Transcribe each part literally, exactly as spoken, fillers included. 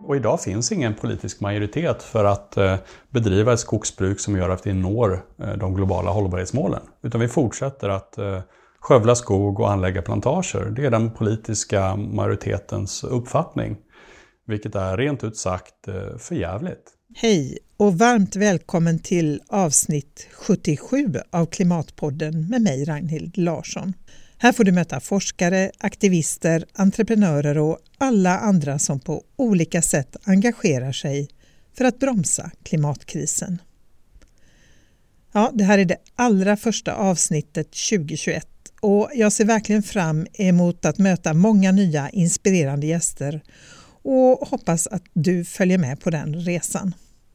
Och idag finns ingen politisk majoritet för att eh, bedriva ett skogsbruk som gör att vi når eh, de globala hållbarhetsmålen. Utan vi fortsätter att eh, skövla skog och anlägga plantager. Det är den politiska majoritetens uppfattning. Vilket är rent ut sagt eh, förjävligt. Hej och varmt välkommen till avsnitt sjuttiosju av Klimatpodden med mig Ragnhild Larsson. Här får du möta forskare, aktivister, entreprenörer och alla andra som på olika sätt engagerar sig för att bromsa klimatkrisen. Ja, det här är det allra första avsnittet tjugohundratjugoett och jag ser verkligen fram emot att möta många nya inspirerande gäster och hoppas att du följer med på den resan.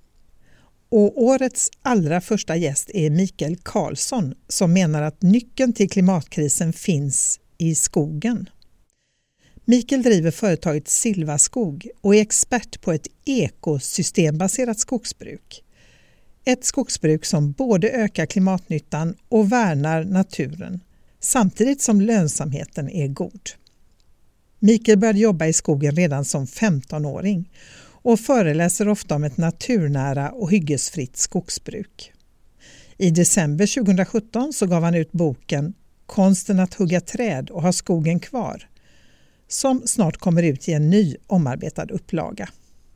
Och årets allra första gäst är Mikael Karlsson som menar att nyckeln till klimatkrisen finns i skogen. Mikael driver företaget Silvaskog och är expert på ett ekosystembaserat skogsbruk. Ett skogsbruk som både ökar klimatnyttan och värnar naturen samtidigt som lönsamheten är god. Mikael började jobba i skogen redan som femtonåring och föreläser ofta om ett naturnära och hyggesfritt skogsbruk. I december tjugosjutton så gav han ut boken Konsten att hugga träd och ha skogen kvar, som snart kommer ut i en ny omarbetad upplaga.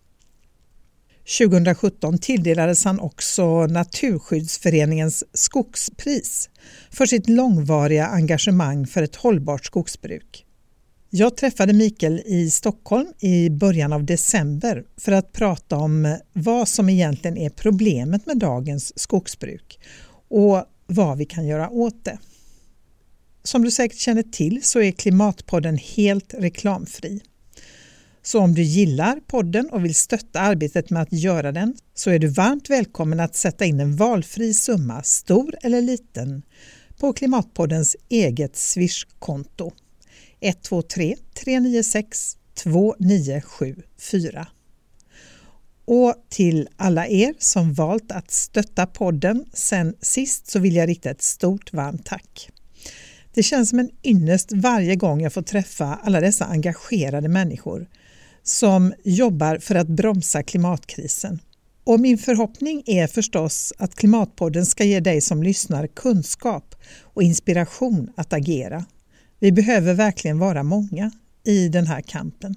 tjugosjutton tilldelades han också Naturskyddsföreningens skogspris för sitt långvariga engagemang för ett hållbart skogsbruk. Jag träffade Mikael i Stockholm i början av december för att prata om vad som egentligen är problemet med dagens skogsbruk och vad vi kan göra åt det. Som du säkert känner till så är Klimatpodden helt reklamfri. Så om du gillar podden och vill stötta arbetet med att göra den så är du varmt välkommen att sätta in en valfri summa, stor eller liten, på Klimatpoddens eget Swish-konto. ett två tre tre nio sex två nio sju fyra. Och till alla er som valt att stötta podden sen sist så vill jag rikta ett stort varmt tack. Det känns som en ynnest varje gång jag får träffa alla dessa engagerade människor som jobbar för att bromsa klimatkrisen. Och min förhoppning är förstås att Klimatpodden ska ge dig som lyssnar kunskap och inspiration att agera. Vi behöver verkligen vara många i den här kampen.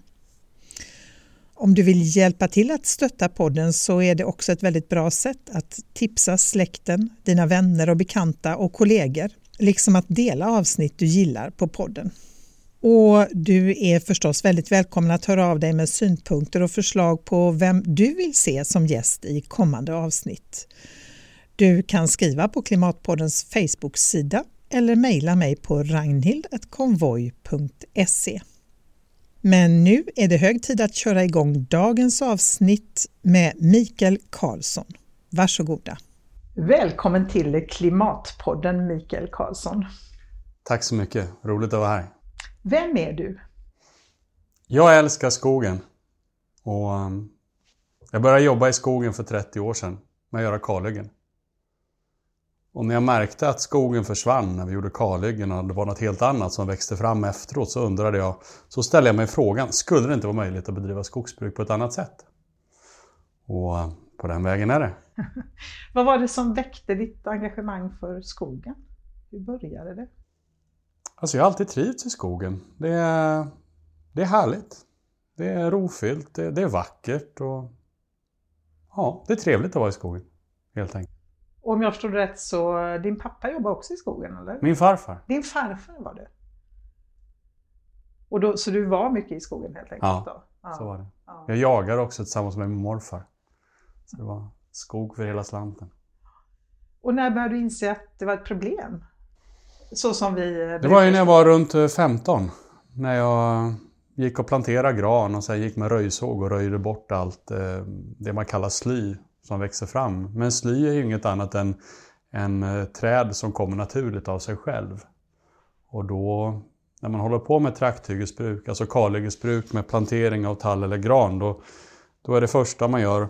Om du vill hjälpa till att stötta podden så är det också ett väldigt bra sätt att tipsa släkten, dina vänner och bekanta och kollegor, liksom att dela avsnitt du gillar på podden. Och du är förstås väldigt välkommen att höra av dig med synpunkter och förslag på vem du vill se som gäst i kommande avsnitt. Du kan skriva på Klimatpoddens Facebook-sida eller mejla mig på ragnhild at konvoj punkt se. Men nu är det hög tid att köra igång dagens avsnitt med Mikael Karlsson. Varsågoda. Välkommen till Klimatpodden, Mikael Karlsson. Tack så mycket, roligt att vara här. Vem är du? Jag älskar skogen. Och um, jag började jobba i skogen för trettio år sedan med att göra kalhyggen. Och när jag märkte att skogen försvann när vi gjorde kalhyggen och det var något helt annat som växte fram efteråt så undrade jag, så ställde jag mig frågan, skulle det inte vara möjligt att bedriva skogsbruk på ett annat sätt? Och på den vägen är det. Vad var det som väckte ditt engagemang för skogen? Hur började det? Alltså jag har alltid trivts i skogen. Det är, det är härligt. Det är rofyllt, det, det är vackert och ja, det är trevligt att vara i skogen helt enkelt. Och om jag förstod rätt så din pappa jobbar också i skogen, eller? Min farfar. Din farfar var det. Och då, så du var mycket i skogen helt enkelt? Ja, då? Ja, så var det. Ja. Jag jagade också tillsammans med min morfar. Så det var skog för hela slanten. Och när började du inse att det var ett problem? Så som vi... Det var ju när jag var runt femton. När jag gick och planterade gran och sen gick med röjsåg och röjde bort allt eh, det man kallar sly som växer fram. Men sly är ju inget annat än en eh, träd som kommer naturligt av sig själv. Och då, när man håller på med trakthyggesbruk, alltså kalhyggesbruk med plantering av tall eller gran, då, då är det första man gör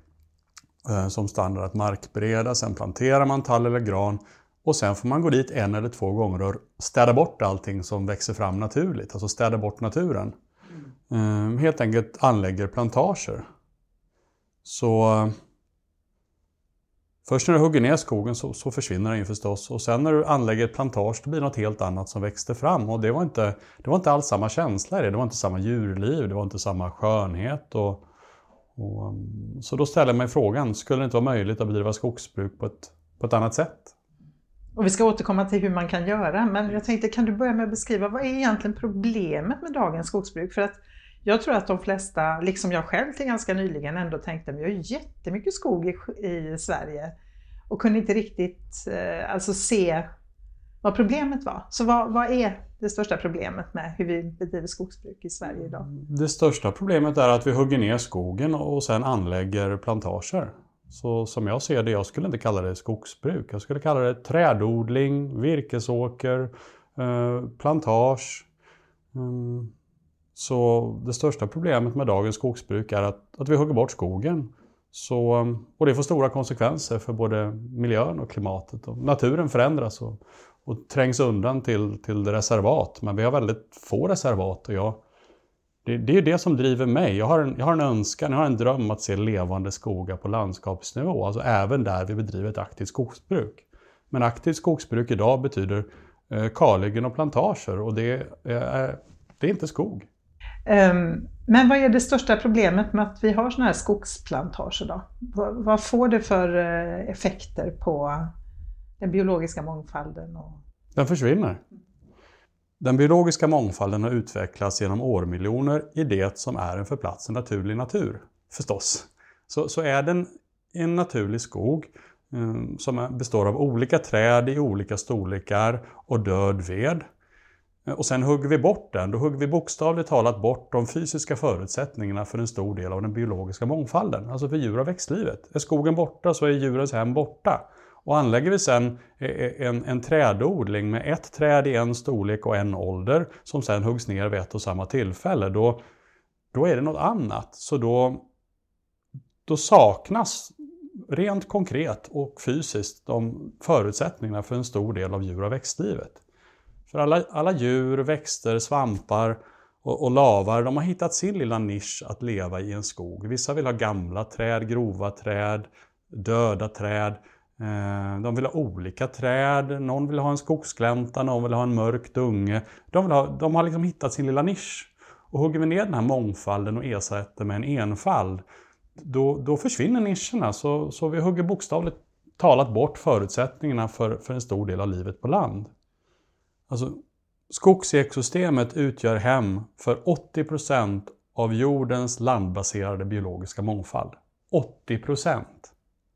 eh, som standard att markbereda. Sen planterar man tall eller gran och sen får man gå dit en eller två gånger och städa bort allting som växer fram naturligt. Alltså städa bort naturen. eh, helt enkelt anlägger plantager. Så eh, först när du hugger ner skogen så, så försvinner den ju förstås. Och sen när du anlägger ett plantage då blir det något helt annat som växte fram. Och det var inte, det var inte alls samma känsla i det. Det var inte samma djurliv, det var inte samma skönhet. Och, och, så då ställer jag mig frågan, skulle det inte vara möjligt att bedriva skogsbruk på ett, på ett annat sätt? Och vi ska återkomma till hur man kan göra. Men jag tänkte, kan du börja med att beskriva vad är egentligen problemet med dagens skogsbruk? För att jag tror att de flesta, liksom jag själv till ganska nyligen, ändå tänkte att vi har jättemycket skog i, i Sverige. Och kunde inte riktigt eh, alltså se vad problemet var. Så vad, vad är det största problemet med hur vi bedriver skogsbruk i Sverige idag? Det största problemet är att vi hugger ner skogen och sen anlägger plantager. Så som jag ser det, jag skulle inte kalla det skogsbruk. Jag skulle kalla det trädodling, virkesåker, eh, plantage. Mm. Så det största problemet med dagens skogsbruk är att, att vi hugger bort skogen. Så, och det får stora konsekvenser för både miljön och klimatet. Och naturen förändras och, och trängs undan till, till reservat. Men vi har väldigt få reservat. Och jag, det, det är det som driver mig. Jag har, en, jag har en önskan, jag har en dröm att se levande skogar på landskapsnivå. Alltså även där vi bedriver ett aktivt skogsbruk. Men aktivt skogsbruk idag betyder eh, kalhyggen och plantager. Och det är, det är inte skog. Men vad är det största problemet med att vi har såna här skogsplantager då? Vad får det för effekter på den biologiska mångfalden? Och... Den försvinner. Den biologiska mångfalden har utvecklats genom årmiljoner i det som är en för platsen naturlig natur, förstås. Så, så är den en naturlig skog um, som består av olika träd i olika storlekar och död ved. Och sen hugger vi bort den, då hugger vi bokstavligt talat bort de fysiska förutsättningarna för en stor del av den biologiska mångfalden. Alltså för djur och växtlivet. Är skogen borta så är djurens hem borta. Och anlägger vi sen en, en trädodling med ett träd i en storlek och en ålder som sen huggs ner vid ett och samma tillfälle, då, då är det något annat. Så då, då saknas rent konkret och fysiskt de förutsättningarna för en stor del av djur och växtlivet. För alla, alla djur, växter, svampar och, och lavar, de har hittat sin lilla nisch att leva i en skog. Vissa vill ha gamla träd, grova träd, döda träd. Eh, de vill ha olika träd. Någon vill ha en skogsglänta, någon vill ha en mörk dunge. De, vill ha, de har liksom hittat sin lilla nisch. Och hugger vi ner den här mångfalden och ersätter med en enfald, då, då försvinner nischerna. Så, så vi hugger bokstavligt talat bort förutsättningarna för, för en stor del av livet på land. Alltså, skogsekosystemet utgör hem för åttio procent av jordens landbaserade biologiska mångfald. åttio procent.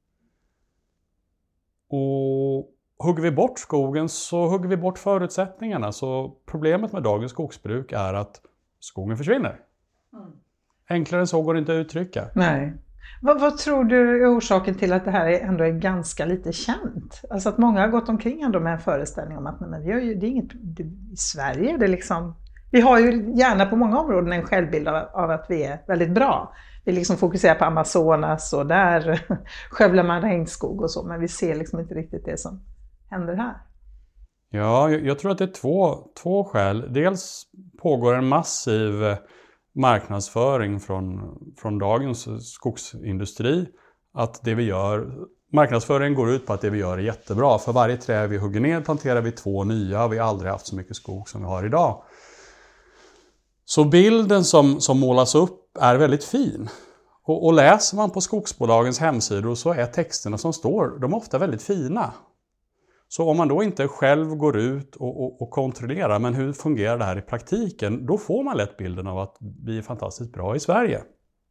Och hugger vi bort skogen så hugger vi bort förutsättningarna. Så problemet med dagens skogsbruk är att skogen försvinner. Mm. Enklare än så går det inte att uttrycka. Nej. Vad, vad tror du är orsaken till att det här ändå är ganska lite känt? Alltså att många har gått omkring ändå med en föreställning om att nej, men vi har ju, det är inget, det, i Sverige är det liksom, vi har ju gärna på många områden en självbild av, av att vi är väldigt bra. Vi liksom fokuserar på Amazonas och där skövlar man regnskog och så, men vi ser liksom inte riktigt det som händer här. Ja, jag, jag tror att det är två, två skäl. Dels pågår en massiv marknadsföring från, från dagens skogsindustri. Att det vi gör, marknadsföringen går ut på att det vi gör är jättebra. För varje träd vi hugger ner planterar vi två nya. Vi har aldrig haft så mycket skog som vi har idag. Så bilden som, som målas upp är väldigt fin. Och, och läser man på skogsbolagens hemsidor så är texterna som står, de är ofta väldigt fina. Så om man då inte själv går ut och, och, och kontrollerar, men hur fungerar det här i praktiken, då får man lätt bilden av att vi är fantastiskt bra i Sverige.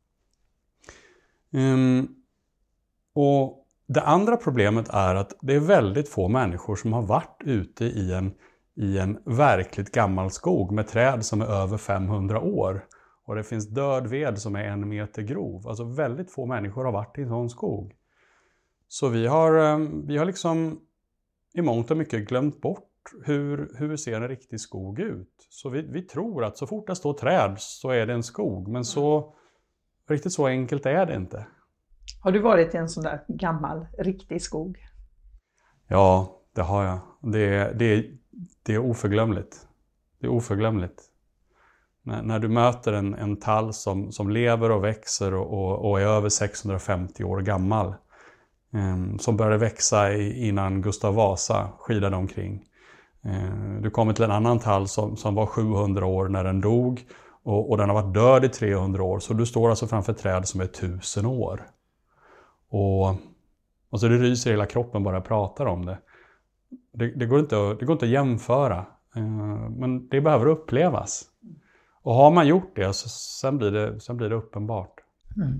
Um, och det andra problemet är att det är väldigt få människor som har varit ute i en, i en verkligt gammal skog med träd som är över femhundra år. Och det finns död ved som är en meter grov. Alltså väldigt få människor har varit i en sån skog. Så vi har, vi har liksom i mångt och mycket glömt bort hur, hur ser en riktig skog ut. Så vi, vi tror att så fort det står träd så är det en skog. Men så, riktigt så enkelt är det inte. Har du varit i en sån där gammal, riktig skog? Ja, det har jag. Det, det, det är oförglömligt. Det är oförglömligt. När, när du möter en, en tall som, som lever och växer och, och, och är över sexhundrafemtio år gammal. Eh, som började växa i, innan Gustav Vasa skidade omkring. Eh, du kommer till en annan tall som, som var sjuhundra år när den dog. Och, och den har varit död i trehundra år. Så du står alltså framför ett träd som är tusen år. Och, och så det ryser hela kroppen bara jag pratar om det. Det, det, går inte, det går inte att jämföra. Eh, men det behöver upplevas. Och har man gjort det så sen blir det, sen blir det uppenbart. Mm.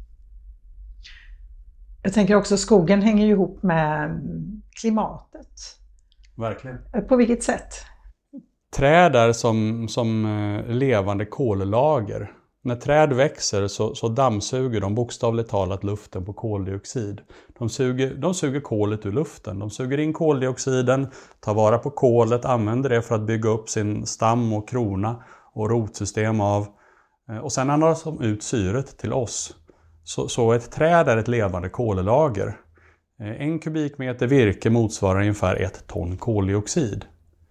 Jag tänker också skogen hänger ju ihop med klimatet. Verkligen. På vilket sätt? Träd är som, som levande kollager. När träd växer så, så dammsuger de bokstavligt talat luften på koldioxid. De suger, de suger kolet ur luften. De suger in koldioxiden, tar vara på kolet, använder det för att bygga upp sin stam och krona och rotsystem av. Och sen andas de ut syret till oss. Så, så ett träd är ett levande kollager. En kubikmeter virke motsvarar ungefär ett ton koldioxid.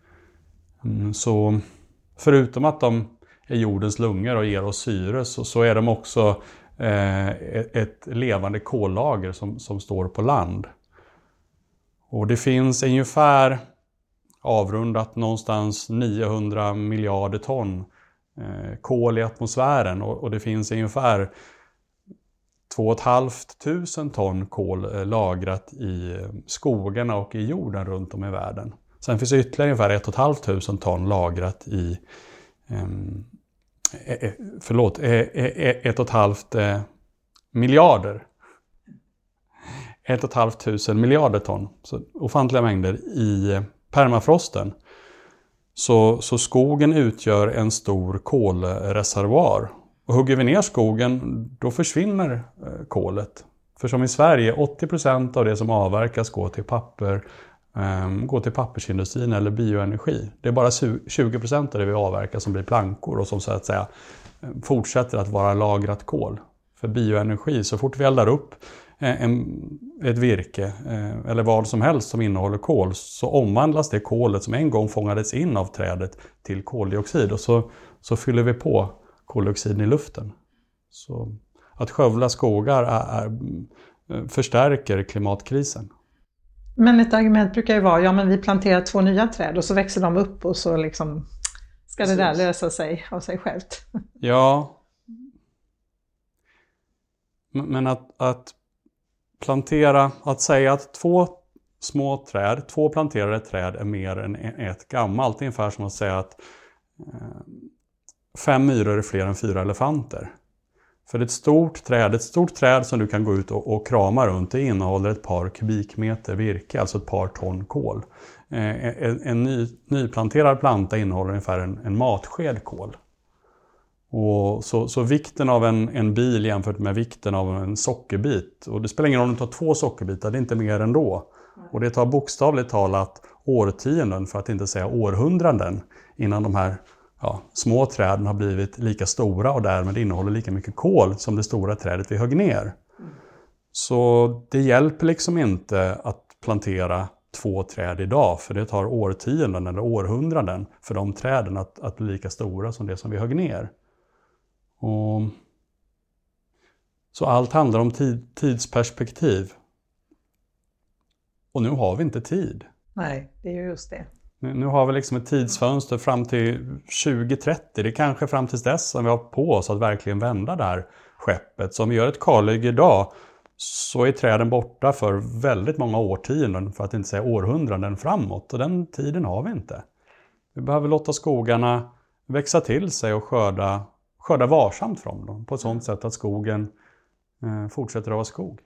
Så förutom att de är jordens lungor och ger oss syre så, så är de också eh, ett levande kollager som, som står på land. Och det finns ungefär avrundat någonstans niohundra miljarder ton eh, kol i atmosfären och, och det finns ungefär två och ett halvt tusen ton kol eh, lagrat i skogarna och i jorden runt om i världen. Sen finns det ytterligare ungefär ett och ett halvt tusen ton lagrat i um, eh, förlåt, eh, eh, ett och ett halvt eh, miljarder. Ett och ett halvt tusen miljarder ton. Så ofantliga mängder i permafrosten. Så, så skogen utgör en stor kolreservoar. Och hugger vi ner skogen då försvinner eh, kolet. För som i Sverige åttio procent av det som avverkas går till papper. Gå till pappersindustrin eller bioenergi. Det är bara tjugo procent av det vi avverkar som blir plankor och som så att säga fortsätter att vara lagrat kol. För bioenergi, så fort vi eldar upp en, ett virke eller vad som helst som innehåller kol så omvandlas det kolet som en gång fångades in av trädet till koldioxid och så, så fyller vi på koldioxiden i luften. Så att skövla skogar är, är, förstärker klimatkrisen. Men ett argument brukar ju vara, ja men vi planterar två nya träd och så växer de upp och så liksom ska det där lösa sig av sig självt. Ja. Men att, att plantera, att säga att två små träd, två planterade träd är mer än ett gammalt. Det är ungefär som att säga att fem myror är fler än fyra elefanter. För ett stort träd, ett stort träd som du kan gå ut och, och krama runt, det innehåller ett par kubikmeter virke, alltså ett par ton kol. Eh, en en ny, nyplanterad planta innehåller ungefär en, en matsked kol. Och så, så vikten av en, en bil jämfört med vikten av en sockerbit. Och det spelar ingen roll om du tar två sockerbitar, det är inte mer än då. Och det tar bokstavligt talat årtionden, för att inte säga århundraden, innan de här ja, små träden har blivit lika stora och därmed innehåller lika mycket kol som det stora trädet vi högg ner. Mm. Så det hjälper liksom inte att plantera två träd idag, för det tar årtionden eller århundraden för de träden att, att bli lika stora som det som vi högg ner. Och så allt handlar om tid, tidsperspektiv. Och nu har vi inte tid. Nej, det är ju just det. Nu har vi liksom ett tidsfönster fram till tjugo trettio. Det är kanske fram till dess som vi har på oss att verkligen vända det här skeppet. Så om vi gör ett kalhygge idag så är träden borta för väldigt många årtionden, för att inte säga århundraden framåt. Och den tiden har vi inte. Vi behöver låta skogarna växa till sig och skörda, skörda varsamt från dem. På ett sådant sätt att skogen eh, fortsätter att vara skog.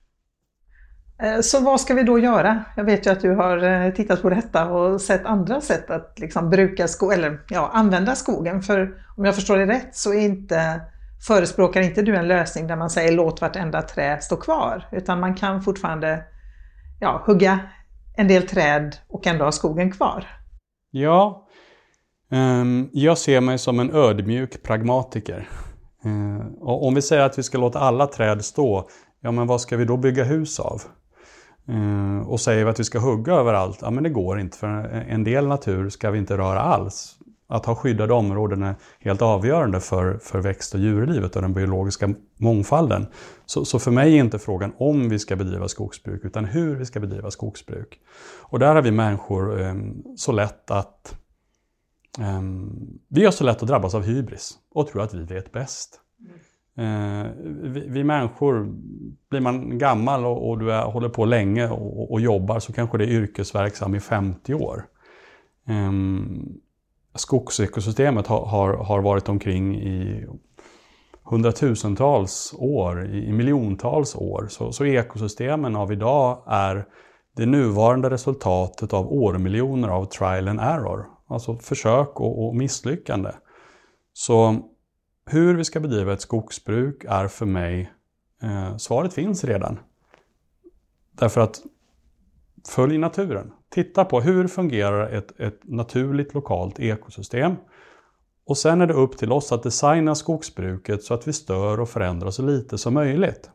Så vad ska vi då göra? Jag vet ju att du har tittat på detta och sett andra sätt att liksom bruka sko- eller ja, använda skogen. För om jag förstår det rätt så är inte, förespråkar inte du en lösning där man säger låt vartenda trä stå kvar. Utan man kan fortfarande ja, hugga en del träd och ändå ha skogen kvar. Ja, um, jag ser mig som en ödmjuk pragmatiker. Uh, och om vi säger att vi ska låta alla träd stå, ja men vad ska vi då bygga hus av? Uh, och säger vi att vi ska hugga överallt, ja men det går inte, för en del natur ska vi inte röra alls. att ha skyddade områden är helt avgörande för, för växt- och djurlivet och den biologiska mångfalden. Så, så för mig är inte frågan om vi ska bedriva skogsbruk utan hur vi ska bedriva skogsbruk. Och där har vi människor eh, så lätt att eh, vi har så lätt att drabbas av hybris och tror att vi vet bäst. Eh, vi, vi människor, blir man gammal och, och du är, håller på länge och, och jobbar så kanske det är yrkesverksam i femtio år. Eh, skogsekosystemet har, har, har varit omkring i hundratusentals år, i, i miljontals år. Så, så ekosystemen av idag är det nuvarande resultatet av årmiljoner av trial and error. Alltså försök och, och misslyckande. Så hur vi ska bedriva ett skogsbruk är för mig, eh, svaret finns redan. Därför att följ naturen. Titta på hur fungerar ett, ett naturligt lokalt ekosystem. Och sen är det upp till oss att designa skogsbruket så att vi stör och förändrar så lite som möjligt.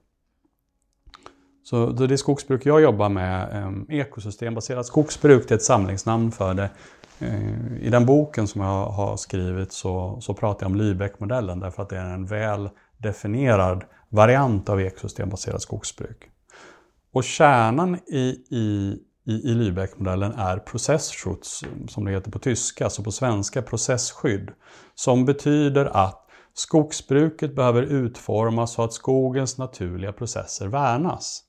Så det skogsbruk jag jobbar med, eh, ekosystembaserat skogsbruk, det är ett samlingsnamn för det. I den boken som jag har skrivit så, så pratar jag om Lübeck-modellen därför att det är en väl definierad variant av ekosystembaserat skogsbruk. Och kärnan i, i, i, i Lübeck-modellen är Prozessschutz, som det heter på tyska, alltså på svenska processskydd, som betyder att skogsbruket behöver utformas så att skogens naturliga processer värnas.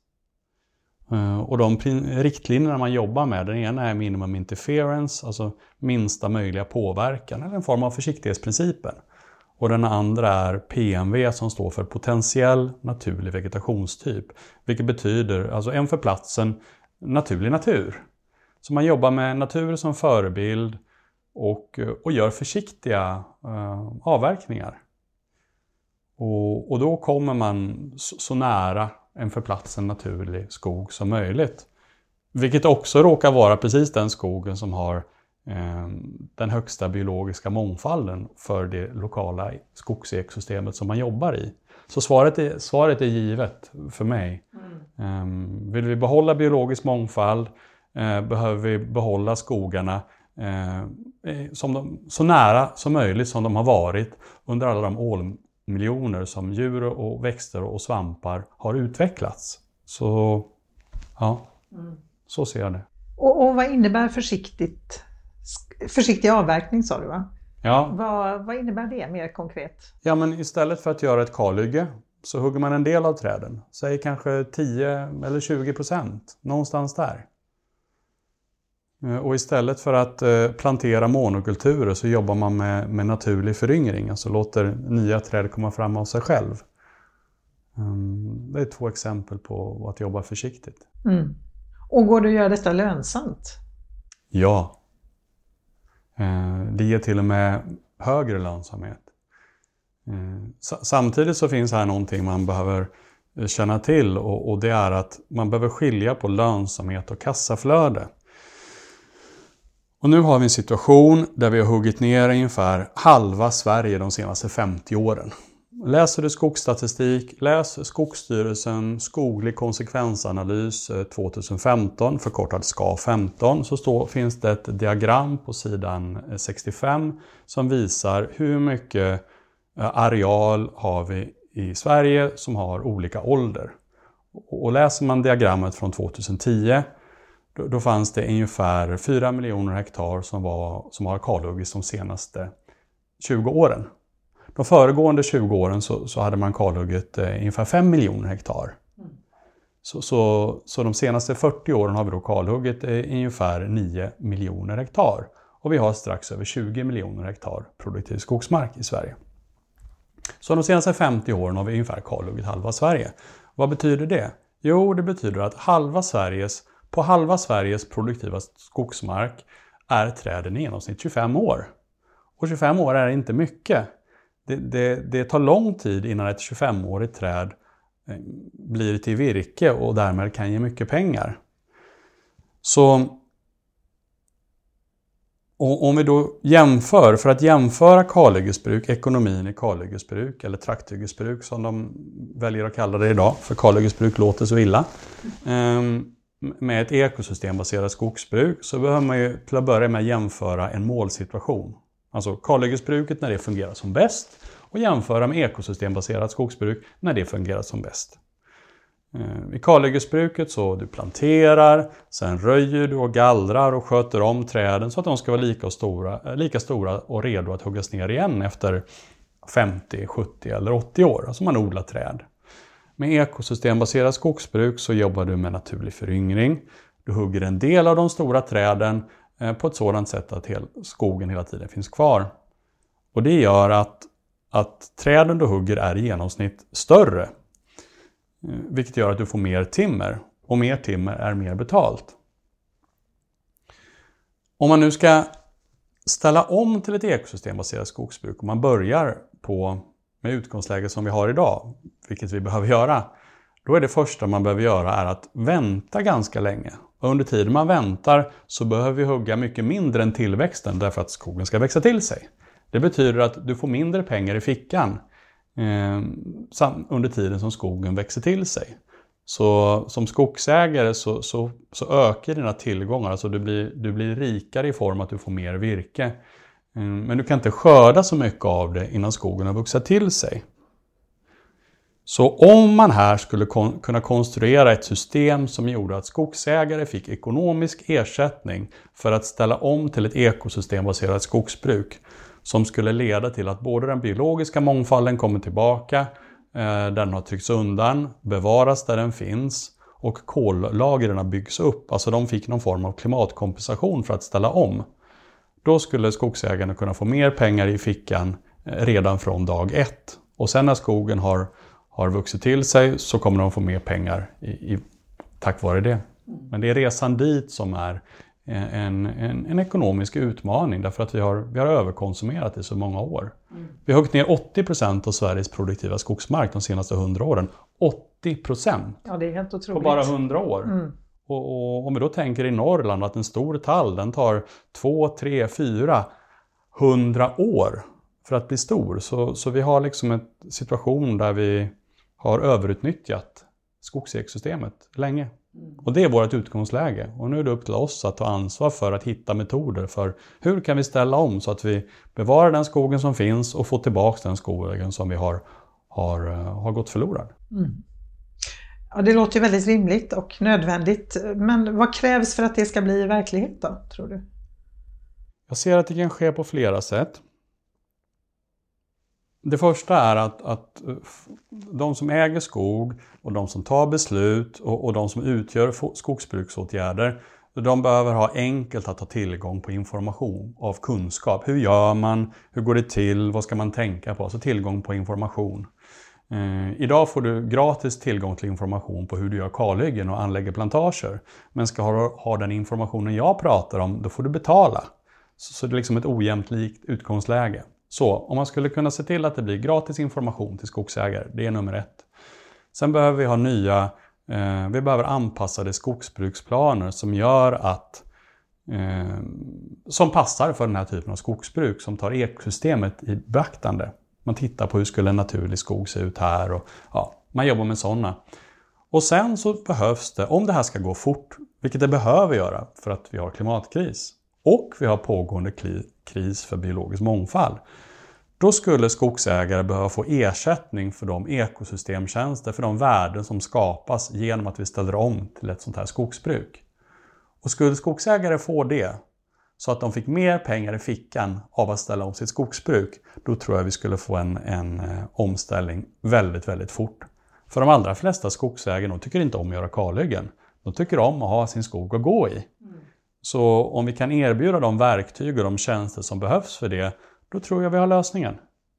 Och de riktlinjerna man jobbar med, den ena är minimum interference, alltså minsta möjliga påverkan, eller en form av försiktighetsprincipen. Och den andra är P M V som står för potentiell naturlig vegetationstyp, vilket betyder alltså en för platsen naturlig natur. Så man jobbar med natur som förebild och, och gör försiktiga uh, avverkningar. Och, och då kommer man så, så nära en för platsen naturlig skog som möjligt. Vilket också råkar vara precis den skogen som har eh, den högsta biologiska mångfalden för det lokala skogsekosystemet som man jobbar i. Så svaret är, svaret är givet för mig. Mm. Eh, vill vi behålla biologisk mångfald eh, behöver vi behålla skogarna eh, som de, så nära som möjligt som de har varit under alla de år miljoner som djur och växter och svampar har utvecklats. Så ja, mm. så ser jag det. Och, och vad innebär försiktigt, försiktig avverkning sa du va? Ja. Vad, vad innebär det mer konkret? Ja, men istället för att göra ett kalhygge så hugger man en del av träden. Säg kanske tio eller tjugo procent, någonstans där. Och istället för att plantera monokulturer så jobbar man med, med naturlig föryngring. Alltså låter nya träd komma fram av sig själv. Det är två exempel på att jobba försiktigt. Mm. Och går det att göra detta lönsamt? Ja. Det ger till och med högre lönsamhet. Samtidigt så finns här någonting man behöver känna till. Och det är att man behöver skilja på lönsamhet och kassaflöde. Och nu har vi en situation där vi har huggit ner ungefär halva Sverige de senaste femtio åren. Läser du skogsstatistik, läs Skogsstyrelsen skoglig konsekvensanalys tjugohundrafemton, förkortad S K A femton, så står, finns det ett diagram på sidan sextiofem som visar hur mycket areal har vi i Sverige som har olika ålder. Och läser man diagrammet från tjugohundratio Då, då fanns det ungefär fyra miljoner hektar som, var, som har kalhuggits de senaste tjugo åren. De föregående tjugo åren så, så hade man kalhuggit eh, ungefär fem miljoner hektar. Mm. Så, så, så de senaste fyrtio åren har vi då kalhuggit eh, ungefär nio miljoner hektar. Och vi har strax över tjugo miljoner hektar produktiv skogsmark i Sverige. Så de senaste femtio åren har vi ungefär kalhuggit halva Sverige. Vad betyder det? Jo, det betyder att halva Sveriges På halva Sveriges produktiva skogsmark är träden i genomsnitt tjugofem år. Och tjugofem år är inte mycket. Det, det, det tar lång tid innan ett tjugofemårigt träd blir till virke och därmed kan ge mycket pengar. Så och om vi då jämför, för att jämföra kalhyggesbruk, ekonomin i kalhyggesbruk eller trakthyggesbruk som de väljer att kalla det idag, för kalhyggesbruk låter så illa. Um, Med ett ekosystembaserat skogsbruk så behöver man ju till att börja med jämföra en målsituation. Alltså kalhyggesbruket när det fungerar som bäst och jämföra med ekosystembaserat skogsbruk när det fungerar som bäst. I kalhyggesbruket så du planterar, sen röjer du och gallrar och sköter om träden så att de ska vara lika stora, lika stora och redo att huggas ner igen efter femtio, sjuttio eller åttio år. Alltså man odlar träd. Med ekosystembaserat skogsbruk så jobbar du med naturlig föryngring. Du hugger en del av de stora träden på ett sådant sätt att skogen hela tiden finns kvar. Och det gör att, att träden du hugger är i genomsnitt större. Vilket gör att du får mer timmer. Och mer timmer är mer betalt. Om man nu ska ställa om till ett ekosystembaserat skogsbruk och man börjar på med utgångsläget som vi har idag, vilket vi behöver göra, då är det första man behöver göra är att vänta ganska länge. Och under tiden man väntar så behöver vi hugga mycket mindre än tillväxten därför att skogen ska växa till sig. Det betyder att du får mindre pengar i fickan eh, under tiden som skogen växer till sig. Så som skogsägare så, så, så ökar dina tillgångar, alltså du blir, du blir rikare i form att du får mer virke. Eh, men du kan inte skörda så mycket av det innan skogen har vuxit till sig. Så om man här skulle kon- kunna konstruera ett system som gjorde att skogsägare fick ekonomisk ersättning för att ställa om till ett ekosystembaserat skogsbruk som skulle leda till att både den biologiska mångfalden kommer tillbaka, eh, den har tryckts undan, bevaras där den finns och kollagren byggs upp. Alltså de fick någon form av klimatkompensation för att ställa om. Då skulle skogsägarna kunna få mer pengar i fickan eh, redan från dag ett. Och sen när skogen har har vuxit till sig så kommer de få mer pengar i, i, tack vare det. Men det är resan dit som är en, en, en ekonomisk utmaning därför att vi har, vi har överkonsumerat i så många år. Mm. Vi har högt ner åttio procent av Sveriges produktiva skogsmark de senaste hundra åren. åttio procent! Ja, det är helt otroligt. På bara hundra år. Mm. Och, och om vi då tänker i Norrland att en stor tall den tar två, tre, fyra, hundra år för att bli stor. Så, så vi har liksom en situation där vi har överutnyttjat skogsekosystemet länge. Mm. Och det är vårt utgångsläge. Och nu är det upp till oss att ta ansvar för att hitta metoder för hur kan vi ställa om så att vi bevarar den skogen som finns och får tillbaka den skogen som vi har, har, har gått förlorad. Mm. Ja, det låter ju väldigt rimligt och nödvändigt. Men vad krävs för att det ska bli verklighet då, tror du? Jag ser att det kan ske på flera sätt. Det första är att, att de som äger skog och de som tar beslut och, och de som utgör skogsbruksåtgärder, de behöver ha enkelt att ha tillgång på information av kunskap. Hur gör man? Hur går det till? Vad ska man tänka på? Så tillgång på information. Eh, idag får du gratis tillgång till information på hur du gör kalhyggen och anlägger plantager. Men ska ha, ha den informationen jag pratar om, då får du betala. Så, så det är liksom ett ojämnt likt utgångsläge. Så om man skulle kunna se till att det blir gratis information till skogsägare, det är nummer ett. Sen behöver vi ha nya, eh, vi behöver anpassade skogsbruksplaner som gör att, eh, som passar för den här typen av skogsbruk som tar ekosystemet i beaktande. Man tittar på hur skulle en naturlig skog se ut här och ja, man jobbar med sådana. Och sen så behövs det, om det här ska gå fort, vilket det behöver göra för att vi har klimatkris och vi har pågående kris för biologisk mångfald, då skulle skogsägare behöva få ersättning för de ekosystemtjänster, för de värden som skapas genom att vi ställer om till ett sånt här skogsbruk. Och skulle skogsägare få det så att de fick mer pengar i fickan av att ställa om sitt skogsbruk, då tror jag vi skulle få en, en omställning väldigt, väldigt fort. För de allra flesta skogsägare tycker inte om att göra kalhyggen. De tycker om att ha sin skog att gå i. Mm. Så om vi kan erbjuda de verktyg och de tjänster som behövs för det, då tror jag vi har lösningen.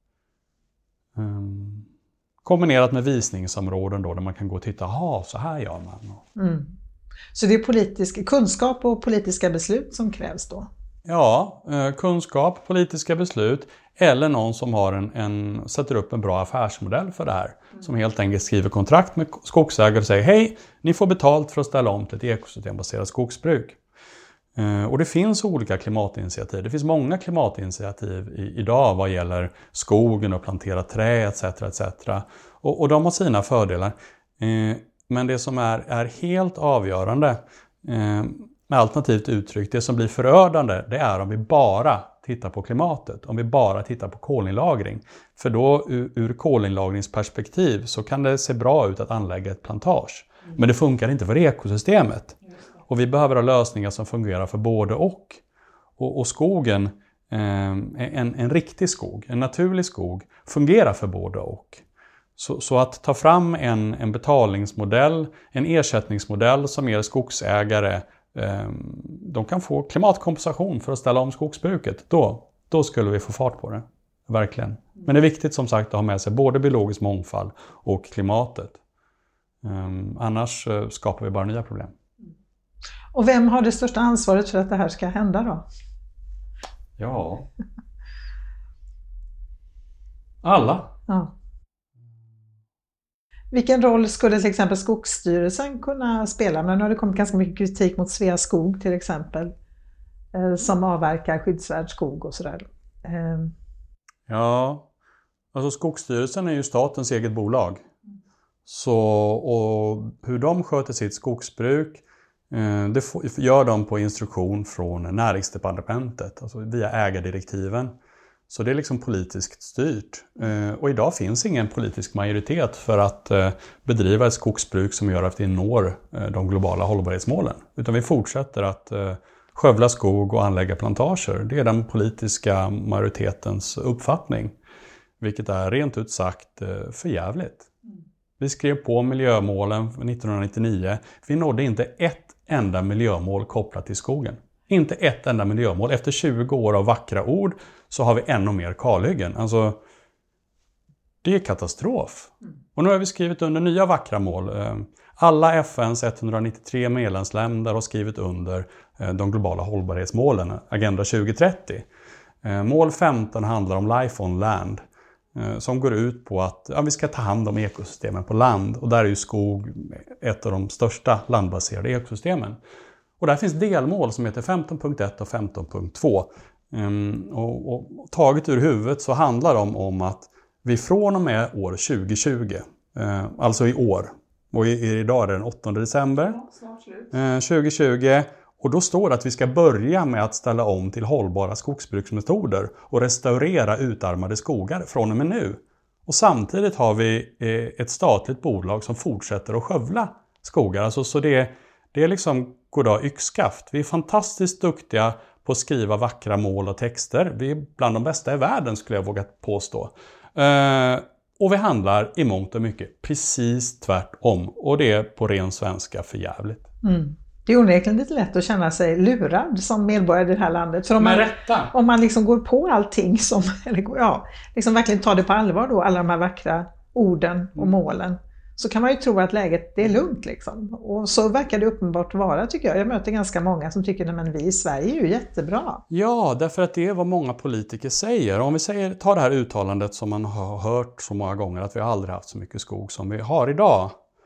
Um, kombinerat med visningsområden då, där man kan gå och titta, ja så här gör man. Mm. Så det är politisk kunskap och politiska beslut som krävs då? Ja, eh, kunskap, politiska beslut eller någon som har en, en, sätter upp en bra affärsmodell för det här. Mm. Som helt enkelt skriver kontrakt med skogsägare och säger hej, ni får betalt för att ställa om till ett ekosystembaserat skogsbruk. Eh, och det finns olika klimatinitiativ. Det finns många klimatinitiativ i, idag vad gäller skogen och plantera trä et cetera et cetera. Och, och de har sina fördelar. Eh, men det som är, är helt avgörande eh, med alternativt uttryck, det som blir förödande, det är om vi bara tittar på klimatet, om vi bara tittar på kolinlagring. För då ur, ur kolinlagringsperspektiv så kan det se bra ut att anlägga ett plantage. Men det funkar inte för ekosystemet. Och vi behöver ha lösningar som fungerar för både och. Och, och skogen, eh, en, en riktig skog, en naturlig skog, fungerar för både och. Så, så att ta fram en, en betalningsmodell, en ersättningsmodell som ger skogsägare, eh, de kan få klimatkompensation för att ställa om skogsbruket. Då, då skulle vi få fart på det, verkligen. Men det är viktigt som sagt att ha med sig både biologisk mångfald och klimatet. Eh, annars eh, skapar vi bara nya problem. Och vem har det största ansvaret för att det här ska hända då? Ja. Alla. Ja. Vilken roll skulle till exempel Skogsstyrelsen kunna spela? Men nu har det kommit ganska mycket kritik mot Sveaskog till exempel. Som avverkar skyddsvärd skog och sådär. Ja, alltså Skogsstyrelsen är ju statens eget bolag. Så, och hur de sköter sitt skogsbruk, det gör de på instruktion från Näringsdepartementet, alltså via ägardirektiven. Så det är liksom politiskt styrt. Och idag finns ingen politisk majoritet för att bedriva ett skogsbruk som gör att vi når de globala hållbarhetsmålen. Utan vi fortsätter att skövla skog och anlägga plantager. Det är den politiska majoritetens uppfattning. Vilket är rent ut sagt förjävligt. Vi skrev på miljömålen nittonhundranittionio. Vi nådde inte ett enda miljömål kopplat till skogen. Inte ett enda miljömål. Efter tjugo år av vackra ord så har vi ännu mer kalhyggen. Alltså, det är katastrof. Mm. Och nu har vi skrivit under nya vackra mål. Alla F N:s etthundranittiotre medlemsländer har skrivit under de globala hållbarhetsmålen, Agenda tjugo trettio. Mål femton handlar om Life on Land. Som går ut på att ja, vi ska ta hand om ekosystemen på land. Och där är ju skog ett av de största landbaserade ekosystemen. Och där finns delmål som heter femton punkt ett och femton punkt två. Um, och, och taget ur huvudet så handlar de om att vi från och med år tjugo tjugo, uh, alltså i år, och i, idag är det den åttonde december uh, tjugo tjugo, och då står det att vi ska börja med att ställa om till hållbara skogsbruksmetoder och restaurera utarmade skogar från och med nu. Och samtidigt har vi uh, ett statligt bolag som fortsätter att skövla skogar. Alltså, så det, det är liksom goddag yxskaft. Vi är fantastiskt duktiga på att skriva vackra mål och texter. Vi är bland de bästa i världen skulle jag våga påstå. Uh, och vi handlar i mångt och mycket precis tvärtom. Och det är på ren svenska förjävligt. Mm. Det är onekligen lite lätt att känna sig lurad som medborgare i det här landet. För om man, rätta. om man liksom går på allting som, eller ja, liksom verkligen tar det på allvar då, alla de här vackra orden och målen. Så kan man ju tro att läget det är lugnt liksom. Och så verkar det uppenbart vara tycker jag. Jag möter ganska många som tycker att vi i Sverige är ju jättebra. Ja, därför att det är vad många politiker säger. Om vi säger, tar det här uttalandet som man har hört så många gånger att vi har aldrig haft så mycket skog som vi har idag.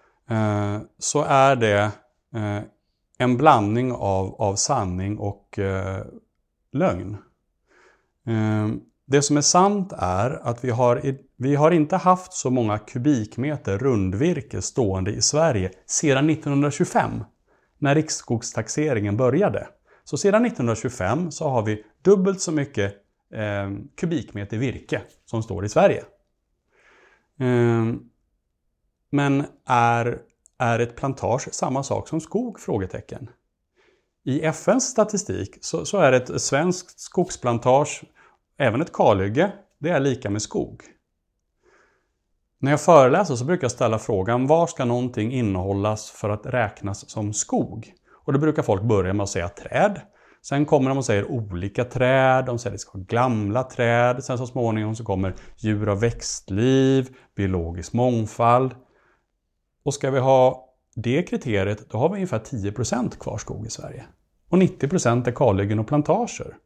Eh, så är det eh, en blandning av, av sanning och eh, lögn. Eh, Det som är sant är att vi har, vi har inte haft så många kubikmeter rundvirke stående i Sverige sedan nittonhundratjugofem, när riksskogstaxeringen började. Så sedan nittonhundratjugofem så har vi dubbelt så mycket eh, kubikmeter virke som står i Sverige. Eh, men är, är ett plantage samma sak som skog? Frågetecken. I F N:s statistik så, så är ett svenskt skogsplantage, även ett kalhygge, det är lika med skog. När jag föreläser så brukar jag ställa frågan, var ska någonting innehållas för att räknas som skog? Och då brukar folk börja med att säga träd. Sen kommer de och säger olika träd, de säger att det ska vara gamla träd. Sen så småningom så kommer djur och växtliv, biologisk mångfald. Och ska vi ha det kriteriet, då har vi ungefär tio procent kvar skog i Sverige. Och nittio procent är kalhyggen och plantager.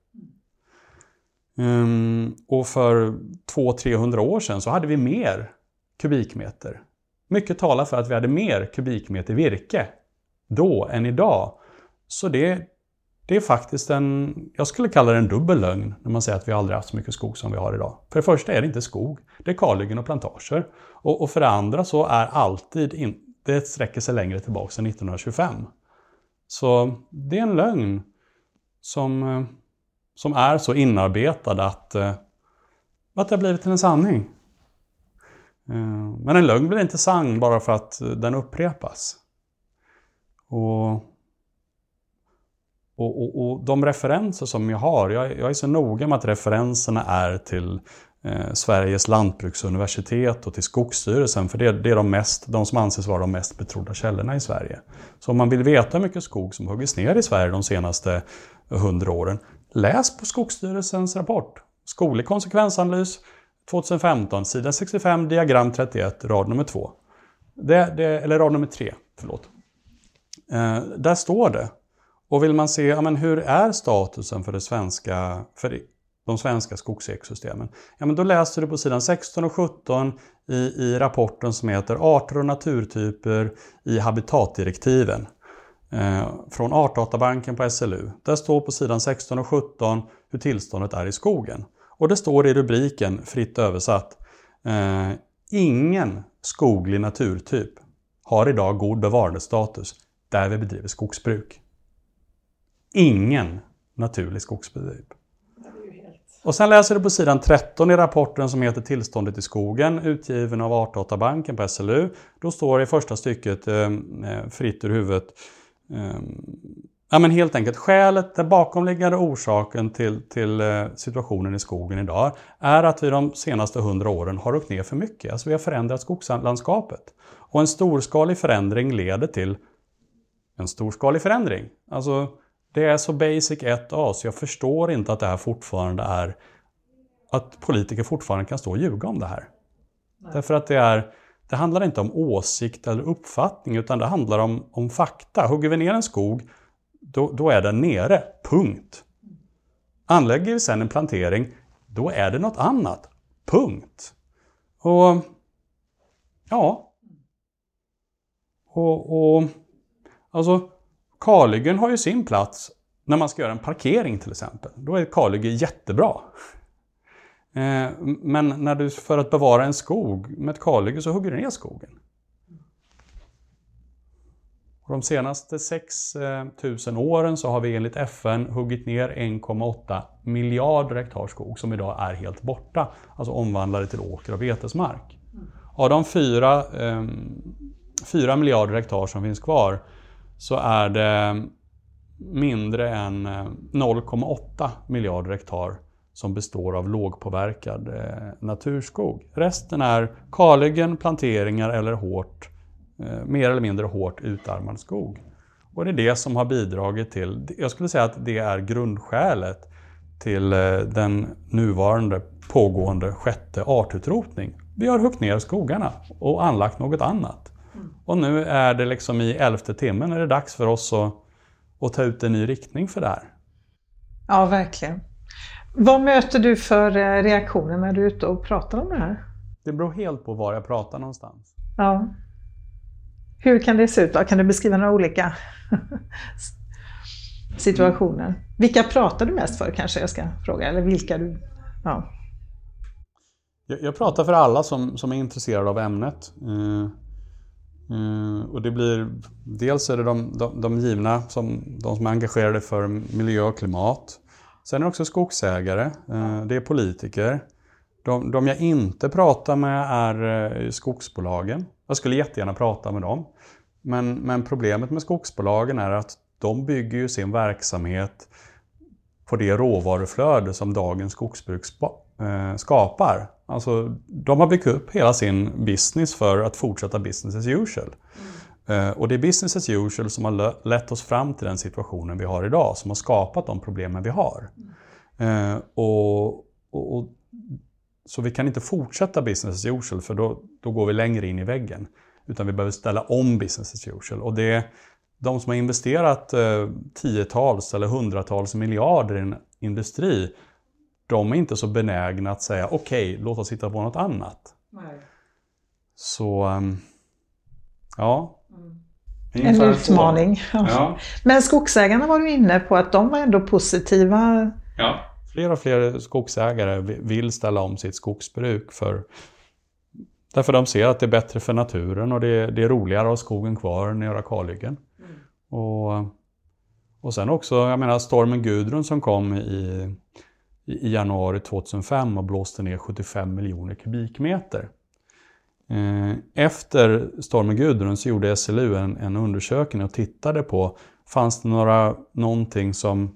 Um, och för två till trehundra år sedan så hade vi mer kubikmeter. Mycket talar för att vi hade mer kubikmeter virke då än idag. Så det, det är faktiskt en, jag skulle kalla det en dubbel lögn när man säger att vi aldrig haft så mycket skog som vi har idag. För det första är det inte skog, det är kalhyggen och plantager. Och, och för det andra så är alltid, in, det sträcker sig längre tillbaka än nittonhundratjugofem. Så det är en lögn som... som är så inarbetad att, att det har blivit en sanning. Men en lögn blir inte sann bara för att den upprepas. Och, och, och, och de referenser som jag har, jag, jag är så noga med att referenserna är till eh, Sveriges lantbruksuniversitet och till Skogsstyrelsen, för det, det är de, mest, de som anses vara de mest betrodda källorna i Sverige. Så om man vill veta hur mycket skog som huggits ner i Sverige de senaste hundra åren, läs på Skogsstyrelsens rapport. Skoglig konsekvensanalys tjugohundrafemton, sidan sextiofem, diagram trettioett, rad nummer två. Det, det, eller rad nummer tre, förlåt. Eh, där står det. Och vill man se, ja, men hur är statusen för, det svenska, för de svenska skogsekosystemen? Ja, men då läser du på sidan sexton och sjutton i, i rapporten som heter Arter och naturtyper i habitatdirektiven. Eh, från Artdatabanken på S L U. Där står på sidan sexton och sjutton hur tillståndet är i skogen. Och det står i rubriken, fritt översatt, eh, ingen skoglig naturtyp har idag god bevarandestatus där vi bedriver skogsbruk. Ingen naturlig skogsbruk. Och sen läser du på sidan tretton i rapporten som heter Tillståndet i skogen, utgiven av Artdatabanken på S L U. Då står det i första stycket, eh, fritt ur huvudet, eh, ja, men helt enkelt, skälet, den bakomliggande orsaken till, till eh, situationen i skogen idag är att vi de senaste hundra åren har ruckt ner för mycket. Alltså vi har förändrat skogslandskapet. Och en storskalig förändring leder till en storskalig förändring. Alltså det är så basic ett A, så jag förstår inte att det här fortfarande är, att politiker fortfarande kan stå och ljuga om det här. Nej. Därför att det är, det handlar inte om åsikt eller uppfattning, utan det handlar om, om fakta. Hugger vi ner en skog, Då, då är den nere, punkt. Anlägger vi sedan en plantering, då är det något annat, punkt. Och ja. Och, och alltså, kalhyggen har ju sin plats när man ska göra en parkering till exempel. Då är kalhygge jättebra. Eh, men när du, för att bevara en skog med ett kalhygge, så hugger du ner skogen. De senaste sex tusen åren så har vi enligt F N huggit ner en komma åtta miljarder hektar skog som idag är helt borta. Alltså omvandlade till åker och betesmark. Av de fyra, eh, fyra miljarder hektar som finns kvar så är det mindre än noll komma åtta miljarder hektar som består av lågpåverkad eh, naturskog. Resten är kalhyggen, planteringar eller hårt mer eller mindre hårt utarmad skog. Och det är det som har bidragit till, jag skulle säga att det är grundskälet till den nuvarande pågående sjätte artutrotning. Vi har huggit ner skogarna och anlagt något annat. Och nu är det liksom i elfte timmen är det dags för oss att, att ta ut en ny riktning för det här. Ja, verkligen. Vad möter du för reaktioner när du är ute och pratar om det här? Det beror helt på var jag pratar någonstans. Ja. Hur kan det se ut då? Kan du beskriva några olika situationer? Vilka pratar du mest för kanske jag ska fråga? Eller vilka du... Ja. Jag, jag pratar för alla som, som är intresserade av ämnet. Uh, uh, och det blir... Dels är det de, de, de givna, som, de som är engagerade för miljö och klimat. Sen är det också skogsägare. Uh, det är politiker. De, de jag inte pratar med är uh, skogsbolagen. Jag skulle jättegärna prata med dem. Men, men problemet med skogsbolagen är att de bygger ju sin verksamhet på det råvaruflöde som dagens skogsbruk spa, eh, skapar. Alltså, de har byggt upp hela sin business för att fortsätta business as usual. Mm. Eh, och det är business as usual som har lett oss fram till den situationen vi har idag. Som har skapat de problemen vi har. Mm. Eh, och, och, och Så vi kan inte fortsätta business as usual, för då, då går vi längre in i väggen. Utan vi behöver ställa om business as usual. Och det är de som har investerat eh, tiotals eller hundratals miljarder i en industri. De är inte så benägna att säga okej, okay, låt oss hitta på något annat. Nej. Så um, ja. Mm. En utmaning. Ja. Ja. Men skogsägarna var du inne på att de var ändå positiva. Ja. Fler och fler skogsägare vill ställa om sitt skogsbruk för, därför de ser att det är bättre för naturen och det är, det är roligare att ha skogen kvar än att göra kalhyggen. Mm. Och, Och sen också, jag menar stormen Gudrun som kom i, i, i januari tjugohundrafem och blåste ner sjuttiofem miljoner kubikmeter. Eh, efter stormen Gudrun så gjorde S L U en, en undersökning och tittade på, fanns det några, någonting som,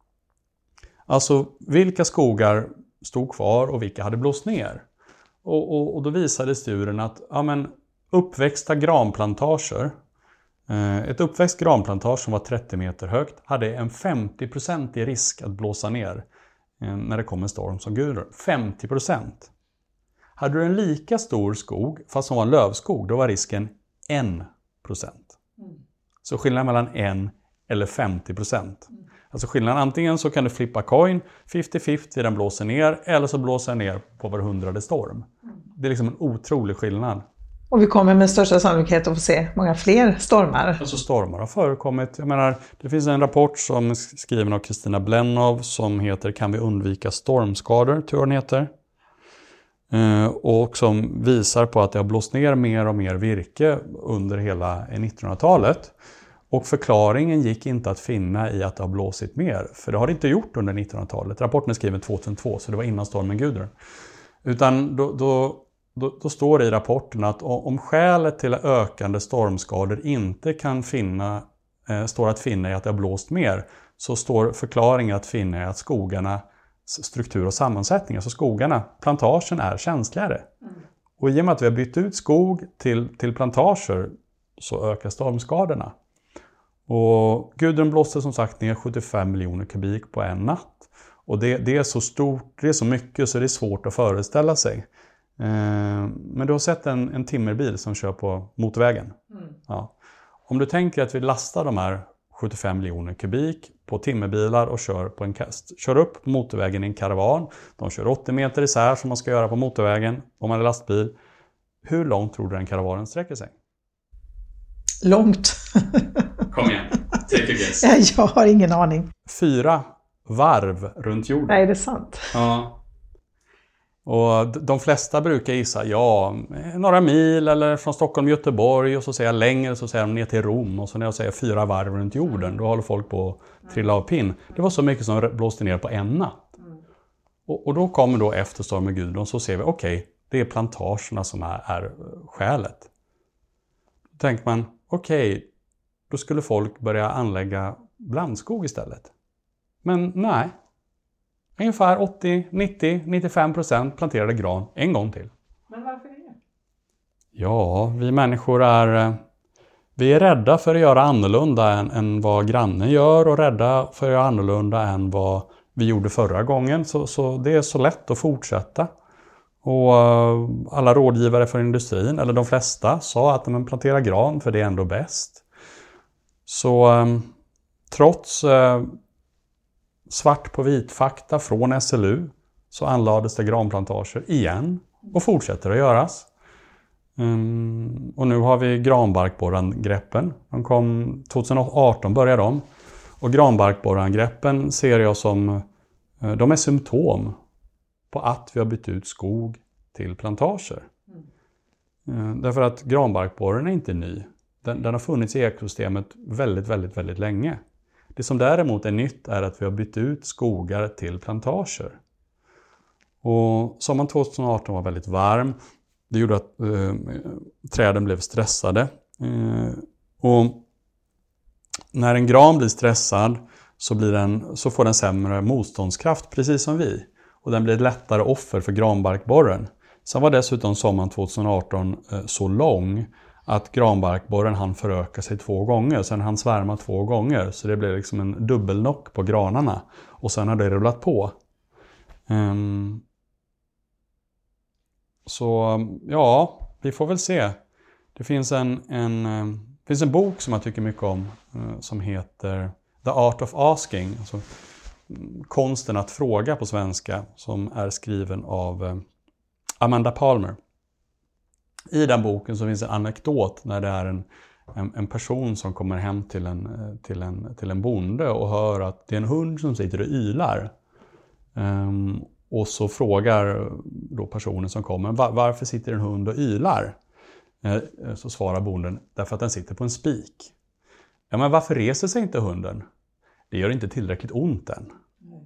alltså vilka skogar stod kvar och vilka hade blåst ner. Och, och, och då visade studien att ja, men, uppväxta granplantager, eh, ett uppväxt granplantage som var trettio meter högt hade en femtio procent i risk att blåsa ner eh, när det kom en storm som Gudrun. femtio procent. Hade du en lika stor skog, fast som var en lövskog, då var risken en procent. Mm. Så skillnaden mellan en eller femtio procent. Mm. Alltså skillnaden, antingen så kan du flippa coin, femtio femtio, den blåser ner, eller så blåser den ner på var hundrade storm. Mm. Det är liksom en otrolig skillnad. Och vi kommer med största sannolikhet att få se många fler stormar. Alltså stormar har förekommit. Jag menar, det finns en rapport som är skriven av Kristina Blennow som heter Kan vi undvika stormskador, tror jag den heter. Och som visar på att det har blåst ner mer och mer virke under hela nittonhundratalet. Och förklaringen gick inte att finna i att det har blåsit mer. För det har det inte gjort under nittonhundratalet. Rapporten är skriven tjugohundratvå, så det var innan stormen Gudrun. Utan då, då, då, då står det i rapporten att om skälet till ökande stormskador inte kan finna, eh, står att finna i att det har blåst mer, så står förklaringen att finna i att skogarna struktur och sammansättning. Alltså skogarna, plantagen är känsligare. Mm. Och i och med att vi har bytt ut skog till, till plantager så ökar stormskadorna. Och Gudrun blåste som sagt ner sjuttiofem miljoner kubik på en natt. Och det, det är så stort, det är så mycket så det är svårt att föreställa sig. Eh, men du har sett en, en timmerbil som kör på motorvägen. Mm. Ja. Om du tänker att vi lastar de här sjuttiofem miljoner kubik på timmerbilar och kör på en kast. Kör upp på motorvägen i en karavan. De kör åttio meter isär som man ska göra på motorvägen om man är lastbil. Hur långt tror du den karavanen sträcker sig? Långt. Kom igen, take a guess. Ja, jag har ingen aning. Fyra varv runt jorden. Nej, det är sant. Ja. Och de flesta brukar gissa, ja, några mil eller från Stockholm, Göteborg, och så säger jag längre, så säger de ner till Rom, och så när jag säger fyra varv runt jorden, då håller folk på att trilla av pinn. Det var så mycket som blåste ner på en natt. Och, och då kommer då efter stormen Gudrun, så ser vi, okej, okay, det är plantagerna som är, är skälet. Då tänker man, okej, okay, då skulle folk börja anlägga blandskog istället. Men nej. Ungefär åttio, nittio, nittiofem procent planterade gran en gång till. Men varför det? Ja, vi människor är, vi är rädda för att göra annorlunda än, än vad grannen gör, och rädda för att göra annorlunda än vad vi gjorde förra gången. Så, så det är så lätt att fortsätta. Och uh, alla rådgivare för industrin, eller de flesta, sa att man planterar gran för det är ändå bäst. Så um, trots uh, svart på vit fakta från S L U så anlades det granplantager igen och fortsätter att göras. Um, och nu har vi granbarkborreangreppen. De kom tjugoarton började de. Och granbarkborreangreppen ser jag som uh, de är symptom på att vi har bytt ut skog till plantager. Mm. Uh, därför att granbarkborren är inte ny. Den, den har funnits i ekosystemet väldigt, väldigt, väldigt länge. Det som däremot är nytt är att vi har bytt ut skogar till plantager. Och sommaren tjugoarton var väldigt varm. Det gjorde att eh, träden blev stressade. Eh, och när en gran blir stressad så, blir den, så får den sämre motståndskraft, precis som vi. Och den blir ett lättare offer för granbarkborren. Sen var dessutom sommaren tjugoarton eh, så lång att granbarkborren hann föröka sig två gånger. Sen hann svärma två gånger. Så det blev liksom en dubbelnock på granarna. Och sen har det rullat på. Um, så ja, vi får väl se. Det finns en, en, uh, finns en bok som jag tycker mycket om. Uh, som heter The Art of Asking. Alltså, um, konsten att fråga på svenska. Som är skriven av uh, Amanda Palmer. I den boken så finns en anekdot när det är en, en, en person som kommer hem till en, till, en, till en bonde och hör att det är en hund som sitter och ylar. Um, och så frågar då personen som kommer, Var, varför sitter en hund och ylar? Uh, så svarar bonden, därför att den sitter på en spik. Ja, men varför reser sig inte hunden? det gör inte tillräckligt ont än. Mm.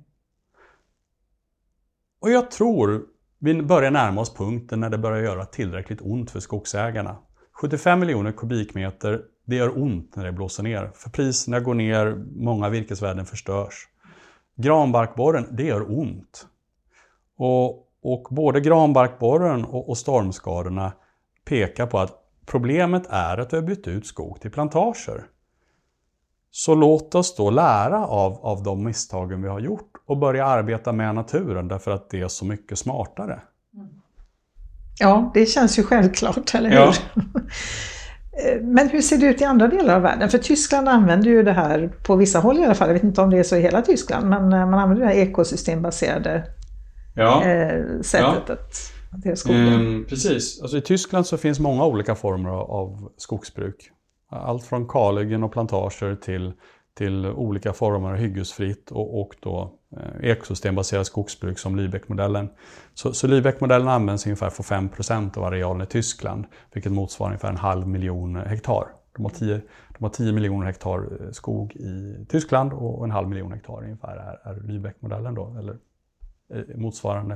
Och jag tror vi börjar närma oss punkten när det börjar göra tillräckligt ont för skogsägarna. sjuttiofem miljoner kubikmeter, det gör ont när det blåser ner. För priserna går ner, många virkesvärden förstörs. Granbarkborren, det gör ont. Och, och både granbarkborren och, och stormskadorna pekar på att problemet är att vi har bytt ut skog till plantager. Så låt oss då lära av, av de misstagen vi har gjort och börja arbeta med naturen därför att det är så mycket smartare. Ja, det känns ju självklart, eller hur? Ja. Men hur ser det ut i andra delar av världen? För Tyskland använder ju det här på vissa håll i alla fall. Jag vet inte om det är så i hela Tyskland, men man använder det här ekosystembaserade ja. eh, sättet ja. att hantera skogen. Mm, precis. Alltså, i Tyskland så finns många olika former av skogsbruk. Allt från kalhyggen och plantager till, till olika former av hyggesfritt och, och då eh, ekosystembaserat skogsbruk som Lübeck-modellen. Så, så Lübeck-modellen används ungefär för fem procent av arealen i Tyskland, vilket motsvarar ungefär en halv miljon hektar. De har tio, de har tio miljoner hektar skog i Tyskland och en halv miljon hektar ungefär är, är Lübeck-modellen då, eller eh, motsvarande.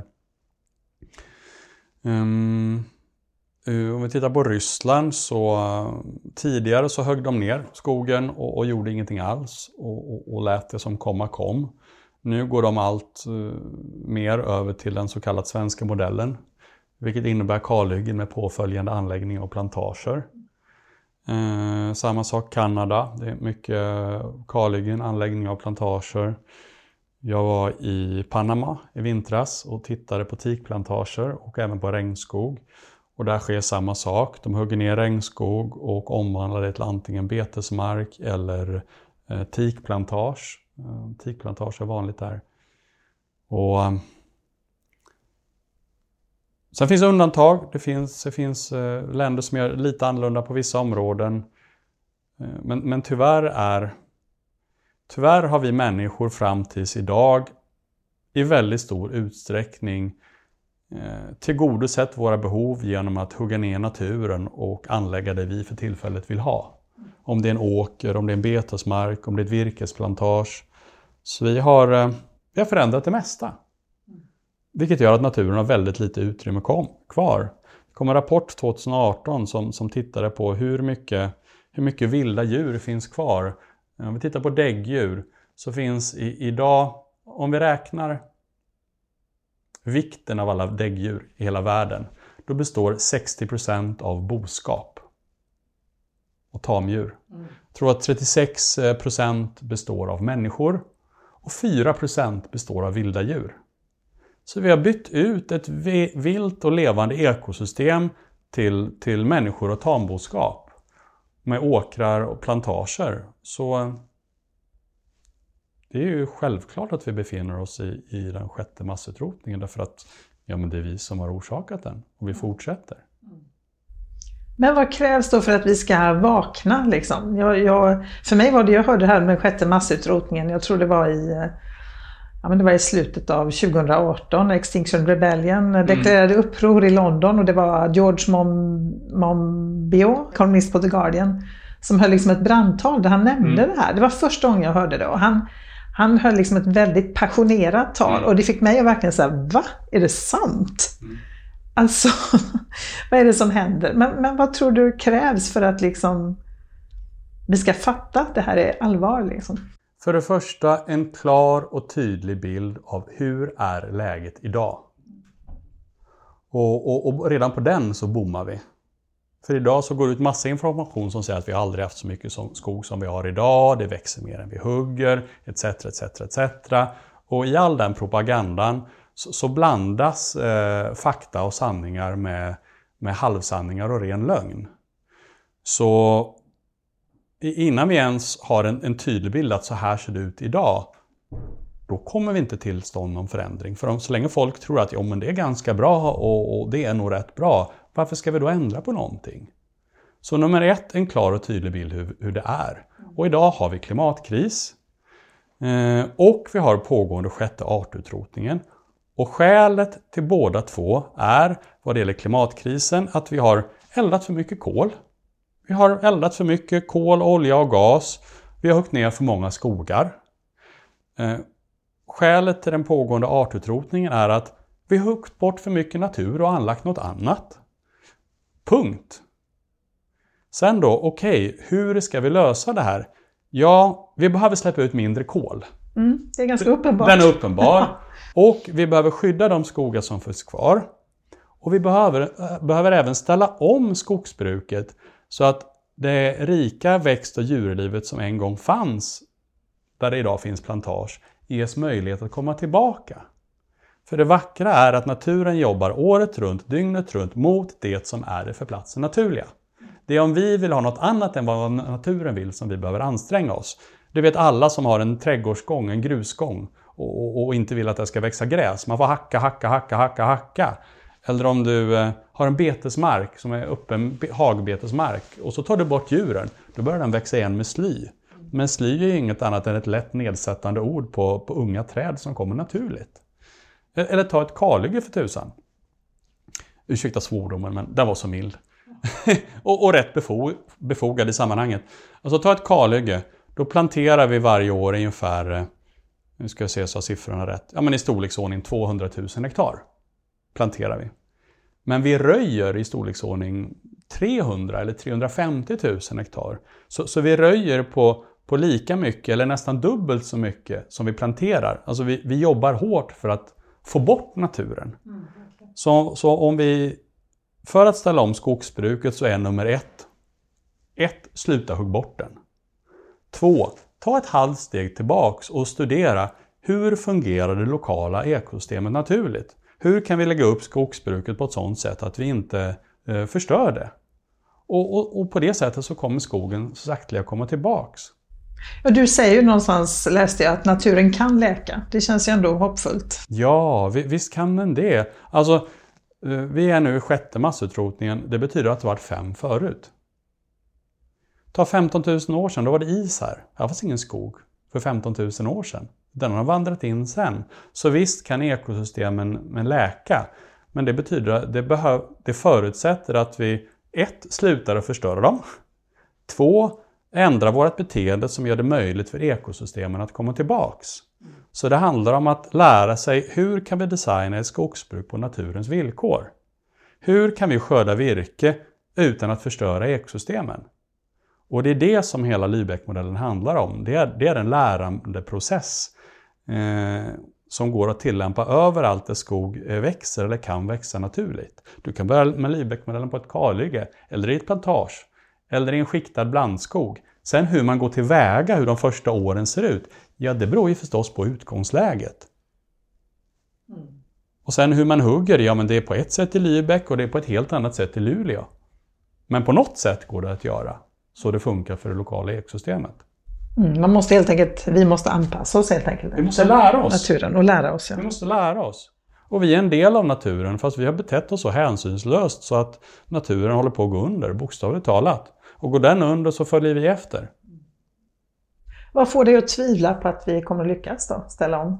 Um, Om vi tittar på Ryssland så tidigare så högg de ner skogen och, och gjorde ingenting alls och, och, och lät det som komma kom. Nu går de allt uh, mer över till den så kallade svenska modellen, vilket innebär kalhyggen med påföljande anläggning och plantager. Uh, samma sak Kanada, det är mycket kalhyggen, anläggning av plantager. Jag var i Panama i vintras och tittade på teakplantager och även på regnskog. Och där sker samma sak. De hugger ner regnskog och omvandlar det till antingen betesmark eller eh, teakplantage. Eh, teakplantage är vanligt där. Och, eh, sen finns undantag. Det finns, det finns eh, länder som är lite annorlunda på vissa områden. Eh, men, men tyvärr är... Tyvärr har vi människor fram tills idag i väldigt stor utsträckning eh, tillgodosett våra behov genom att hugga ner naturen och anlägga det vi för tillfället vill ha. Om det är en åker, om det är en betesmark, om det är ett virkesplantage. Så vi har, eh, vi har förändrat det mesta. Vilket gör att naturen har väldigt lite utrymme kom, kvar. Det kom en rapport tjugo arton som, som tittade på hur mycket, hur mycket vilda djur finns kvar. Om vi tittar på däggdjur så finns i, idag, om vi räknar vikten av alla däggdjur i hela världen, då består sextio procent av boskap och tamdjur. Mm. Jag tror att trettiosex procent består av människor och fyra procent består av vilda djur. Så vi har bytt ut ett vilt och levande ekosystem till, till människor och tamboskap. Med åkrar och plantager. Så det är ju självklart att vi befinner oss i, i den sjätte massutrotningen. Därför att ja, men det är vi som har orsakat den. Och vi fortsätter. Men vad krävs då för att vi ska vakna? Liksom? Jag, jag, för mig var det, jag hörde det här med sjätte massutrotningen. Jag tror det var i... Ja, men det var i slutet av tjugo arton, Extinction Rebellion deklarerade mm. uppror i London och det var George Mom, Monbiot, kolumnist på The Guardian, som höll liksom ett brandtal där han nämnde mm. det här. Det var första gången jag hörde det och han, han höll liksom ett väldigt passionerat tal mm. och det fick mig att verkligen säga, va? Är det sant? Mm. Alltså, vad är det som händer? Men, men vad tror du krävs för att liksom vi ska fatta att det här är allvar liksom? För det första en klar och tydlig bild av hur är läget idag. Och, och, och redan på den så bommar vi. För idag så går det ut massa information som säger att vi aldrig haft så mycket som, skog som vi har idag. Det växer mer än vi hugger, et cetera, et cetera, et cetera. Och i all den propagandan så, så blandas eh, fakta och sanningar med, med halvsanningar och ren lögn. Så... Innan vi ens har en, en tydlig bild att så här ser det ut idag, då kommer vi inte till stånd någon förändring. För om så länge folk tror att ja, men det är ganska bra och, och det är nog rätt bra, varför ska vi då ändra på någonting? Så nummer ett, en klar och tydlig bild hur, hur det är. Och idag har vi klimatkris eh, och vi har pågående sjätte artutrotningen. Och skälet till båda två är, vad det gäller klimatkrisen, att vi har eldat för mycket kol. Vi har eldat för mycket kol, olja och gas. Vi har huggit ner för många skogar. Eh, skälet till den pågående artutrotningen är att vi har huggit bort för mycket natur och anlagt något annat. Punkt. Sen då, okej, okay, hur ska vi lösa det här? Ja, vi behöver släppa ut mindre kol. Mm, det är ganska uppenbart. Den är uppenbar. Och vi behöver skydda de skogar som finns kvar. Och vi behöver, behöver även ställa om skogsbruket så att det rika växt- och djurlivet som en gång fanns, där det idag finns plantage, ges möjlighet att komma tillbaka. För det vackra är att naturen jobbar året runt, dygnet runt mot det som är det för platsen naturliga. Det är om vi vill ha något annat än vad naturen vill som vi behöver anstränga oss. Det vet alla som har en trädgårdsgång, en grusgång och, och, och inte vill att det ska växa gräs. Man får hacka, hacka, hacka, hacka, hacka. Eller om du eh, har en betesmark som är öppen hagbetesmark och så tar du bort djuren, då börjar den växa igen med sly. Men sly är ju inget annat än ett lätt nedsättande ord på, på unga träd som kommer naturligt. Eller ta ett kalhygge för tusan. Ursäkta svordomen, men den var så mild. och, och rätt befog, befogad i sammanhanget. Alltså ta ett kalhygge, då planterar vi varje år ungefär, nu ska jag se så har siffrorna rätt, ja men i storleksordning tvåhundratusen hektar planterar vi. Men vi röjer i storleksordning trehundra eller trehundrafemtiotusen hektar. Så, så vi röjer på, på lika mycket eller nästan dubbelt så mycket som vi planterar. Alltså vi, vi jobbar hårt för att få bort naturen. Mm, okay. så, så om vi, för att ställa om skogsbruket så är nummer ett, ett, sluta hugg bort den. Två, ta ett halvt steg tillbaks och studera hur fungerar det lokala ekosystemet naturligt. Hur kan vi lägga upp skogsbruket på ett sådant sätt att vi inte eh, förstör det? Och, och, och på det sättet så kommer skogen sakteliga komma tillbaks. Och du säger ju någonstans, läste jag, att naturen kan läka. Det känns ju ändå hoppfullt. Ja, visst kan den det. Alltså, vi är nu i sjätte massutrotningen. Det betyder att det varit fem förut. Ta femton tusen år sedan, då var det is här. Här fanns ingen skog för femton tusen år sedan. Den har vandrat in sen. Så visst kan ekosystemen läka. Men det betyder att det, behöv, det förutsätter att vi ett, slutar att förstöra dem. Två, ändra vårt beteende som gör det möjligt för ekosystemen att komma tillbaks. Så det handlar om att lära sig hur kan vi designa ett skogsbruk på naturens villkor. Hur kan vi skörda virke utan att förstöra ekosystemen? Och det är det som hela Lübeck-modellen handlar om. Det är, det är en lärandeprocess eh, som går att tillämpa överallt där skog växer eller kan växa naturligt. Du kan börja med Lübeck-modellen på ett kalhygge eller i ett plantage eller i en skiktad blandskog. Sen hur man går tillväga, hur de första åren ser ut, ja det beror ju förstås på utgångsläget. Mm. Och sen hur man hugger, ja men det är på ett sätt i Lübeck och det är på ett helt annat sätt i Luleå. Men på något sätt går det att göra så det funkar för det lokala ekosystemet. Mm, man måste helt enkelt, vi måste anpassa oss helt enkelt. Vi måste lära oss. Naturen och lära oss. Ja. Vi måste lära oss. Och vi är en del av naturen fast vi har betett oss så hänsynslöst så att naturen håller på att gå under, bokstavligt talat. Och går den under så följer vi efter. Vad får dig att tvivla på att vi kommer lyckas då, ställa om?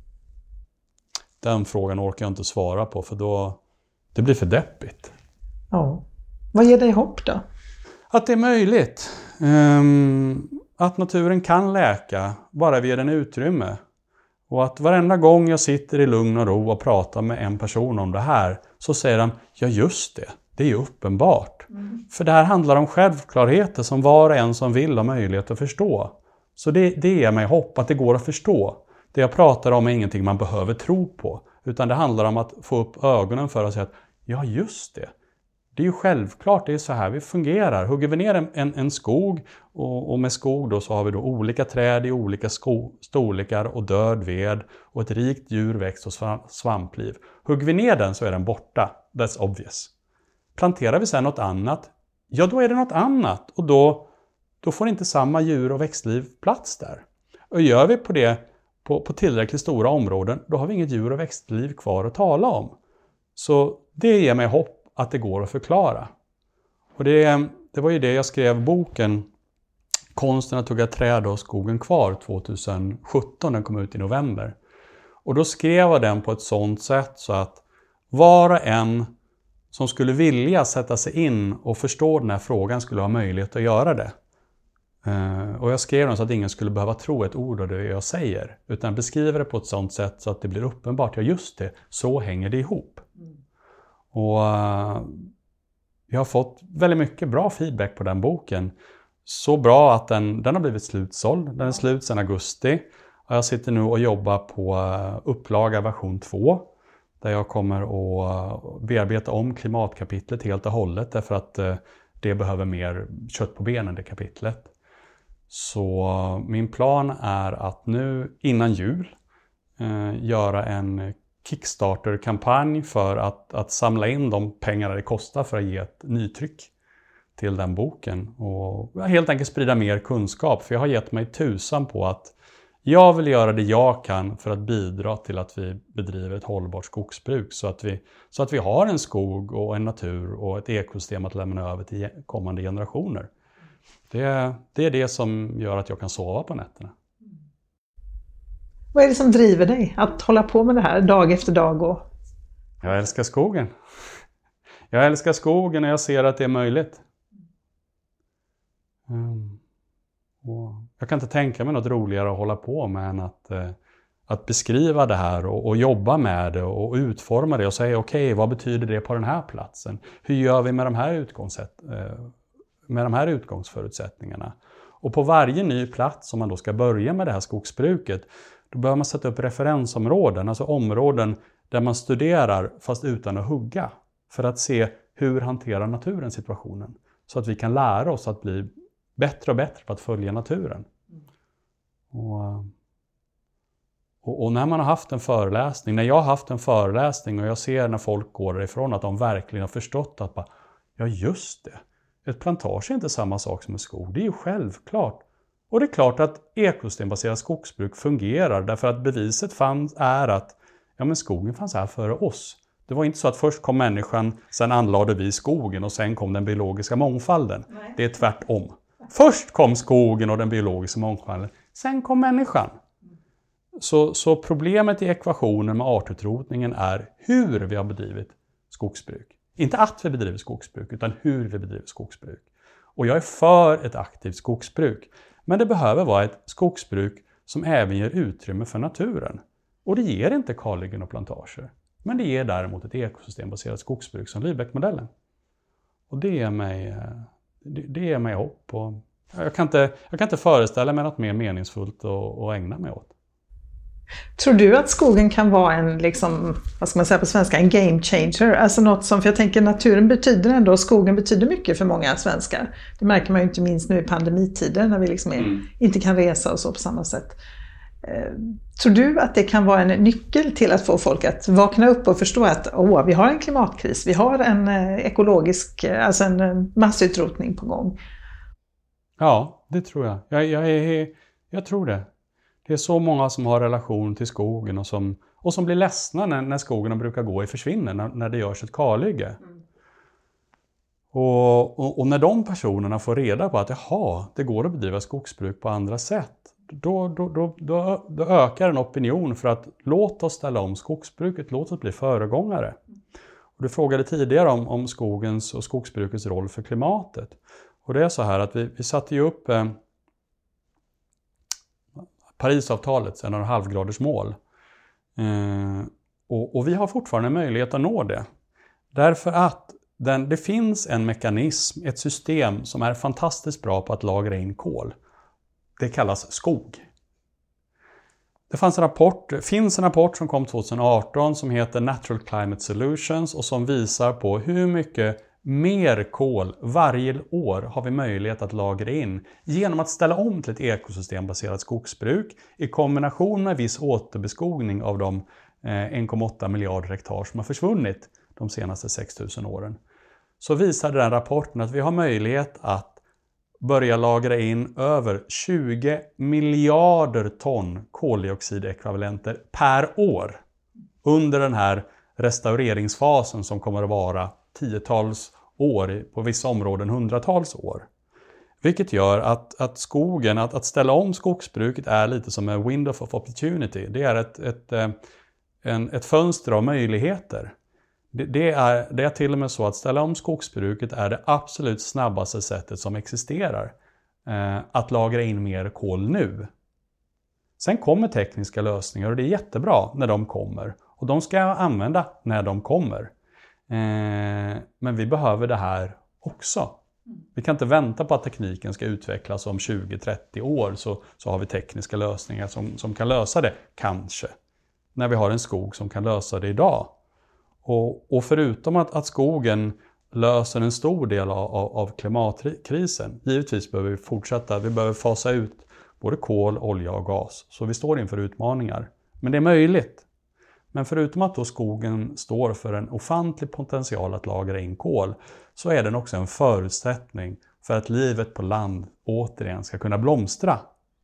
Den frågan orkar jag inte svara på för då det blir för deppigt. Ja. Vad ger dig hopp då? Att det är möjligt. Um, att naturen kan läka bara vi ger den utrymme. Och att varenda gång jag sitter i lugn och ro och pratar med en person om det här så säger han, ja just det, det är ju uppenbart. Mm. För det här handlar om självklarheter som var och en som vill ha möjlighet att förstå. Så det, det ger mig hopp att det går att förstå. Det jag pratar om är ingenting man behöver tro på. Utan det handlar om att få upp ögonen för att säga att ja just det. Det är ju självklart, det är så här vi fungerar. Hugger vi ner en, en, en skog och, och med skog då så har vi då olika träd i olika sko, storlekar och död ved och ett rikt djur, växt och svampliv. Hugger vi ner den så är den borta, that's obvious. Planterar vi sedan något annat, ja då är det något annat och då, då får inte samma djur och växtliv plats där. Och gör vi på det på, på tillräckligt stora områden, då har vi inget djur och växtliv kvar att tala om. Så det ger mig hopp att det går att förklara. Och det, det var ju det jag skrev boken Konsten att tugga träd och skogen kvar tjugohundrasjutton, den kom ut i november. Och då skrev jag den på ett sådant sätt så att var och en som skulle vilja sätta sig in och förstå den här frågan skulle ha möjlighet att göra det. Uh, och jag skrev den så att ingen skulle behöva tro ett ord av det jag säger. Utan beskriver det på ett sådant sätt så att det blir uppenbart. Ja, just det, så hänger det ihop. Mm. Och uh, jag har fått väldigt mycket bra feedback på den boken. Så bra att den, den har blivit slutsåld. Den är slut sedan augusti. Och jag sitter nu och jobbar på uh, upplaga version två. Där jag kommer att uh, bearbeta om klimatkapitlet helt och hållet. Därför att uh, det behöver mer kött på benen, det kapitlet. Så min plan är att nu innan jul eh, göra en Kickstarter-kampanj för att, att samla in de pengar det kostar för att ge ett nytryck till den boken. Och helt enkelt sprida mer kunskap, för jag har gett mig tusan på att jag vill göra det jag kan för att bidra till att vi bedriver ett hållbart skogsbruk. Så att vi, så att vi har en skog och en natur och ett ekosystem att lämna över till kommande generationer. Det, det är det som gör att jag kan sova på nätterna. Vad är det som driver dig att hålla på med det här dag efter dag? Och... Jag älskar skogen. Jag älskar skogen och jag ser att det är möjligt. Mm. Och jag kan inte tänka mig något roligare att hålla på med än att, eh, att beskriva det här och, och jobba med det och utforma det och säga okej, okay, vad betyder det på den här platsen? Hur gör vi med de här utgångssätt, eh, med de här utgångsförutsättningarna? Och på varje ny plats som man då ska börja med det här skogsbruket, då behöver man sätta upp referensområden, alltså områden där man studerar fast utan att hugga, för att se hur hanterar naturen situationen. Så att vi kan lära oss att bli bättre och bättre på att följa naturen. Och, och, och när man har haft en föreläsning, när jag har haft en föreläsning och jag ser när folk går därifrån att de verkligen har förstått att bara, ja just det, ett plantage är inte samma sak som en skog, det är ju självklart. Och det är klart att ekosystembaserat skogsbruk fungerar därför att beviset fanns är att ja, men skogen fanns här före oss. Det var inte så att först kom människan, sen anlade vi skogen och sen kom den biologiska mångfalden. Nej. Det är tvärtom. Först kom skogen och den biologiska mångfalden, sen kom människan. Så, så problemet i ekvationen med artutrotningen är hur vi har bedrivit skogsbruk. Inte att vi bedriver skogsbruk, utan hur vi bedriver skogsbruk. Och jag är för ett aktivt skogsbruk. Men det behöver vara ett skogsbruk som även ger utrymme för naturen. Och det ger inte kalhyggen och plantager. Men det ger däremot ett ekosystembaserat skogsbruk som Lübeck-modellen. Och det ger mig, det, det ger mig hopp. Och jag, kan inte, jag kan inte föreställa mig något mer meningsfullt att, att ägna mig åt. Tror du att skogen kan vara en, liksom, vad ska man säga på svenska, en game changer? Alltså något som, för jag tänker naturen betyder ändå, skogen betyder mycket för många svenskar. Det märker man ju inte minst nu i pandemitider när vi liksom är, mm. inte kan resa och så på samma sätt. Eh, tror du att det kan vara en nyckel till att få folk att vakna upp och förstå att åh, vi har en klimatkris, vi har en eh, ekologisk, alltså en eh, massutrotning på gång? Ja, det tror jag. Jag, jag, är, jag tror det. Det är så många som har relation till skogen och som, och som blir ledsna när, när skogen brukar gå i försvinner, när, när det görs ett kalhygge. Mm. Och, och, och när de personerna får reda på att jaha, det går att bedriva skogsbruk på andra sätt, då, då, då, då, då ökar en opinion för att låt oss ställa om skogsbruket, låt oss bli föregångare. Och du frågade tidigare om, om skogens och skogsbrukets roll för klimatet. Och det är så här att vi, vi satte ju upp eh, Parisavtalets en och en halv graders mål. Eh, och, och vi har fortfarande möjlighet att nå det. Därför att den, det finns en mekanism, ett system som är fantastiskt bra på att lagra in kol. Det kallas skog. Det fanns en rapport, finns en rapport som kom tjugo arton som heter Natural Climate Solutions och som visar på hur mycket mer kol varje år har vi möjlighet att lagra in genom att ställa om till ett ekosystembaserat skogsbruk i kombination med viss återbeskogning av de en komma åtta miljarder hektar som har försvunnit de senaste sex tusen åren. Så visade den rapporten att vi har möjlighet att börja lagra in över tjugo miljarder ton koldioxidekvivalenter per år under den här restaureringsfasen som kommer att vara tiotals år, på vissa områden hundratals år. Vilket gör att, att skogen, att, att ställa om skogsbruket är lite som en window of opportunity. Det är ett, ett, en, ett fönster av möjligheter. Det, det, är, det är till och med så att ställa om skogsbruket är det absolut snabbaste sättet som existerar. eh, att lagra in mer kol nu. Sen kommer tekniska lösningar och det är jättebra när de kommer. Och de ska jag använda när de kommer. Eh, men vi behöver det här också. Vi kan inte vänta på att tekniken ska utvecklas om tjugo till trettio år så, så har vi tekniska lösningar som, som kan lösa det, kanske. När vi har en skog som kan lösa det idag. Och, och förutom att, att skogen löser en stor del av, av, av klimatkrisen, givetvis behöver vi fortsätta, vi behöver fasa ut både kol, olja och gas. Så vi står inför utmaningar. Men det är möjligt. Men förutom att då skogen står för en ofantlig potential att lagra in kol så är den också en förutsättning för att livet på land återigen ska kunna blomstra.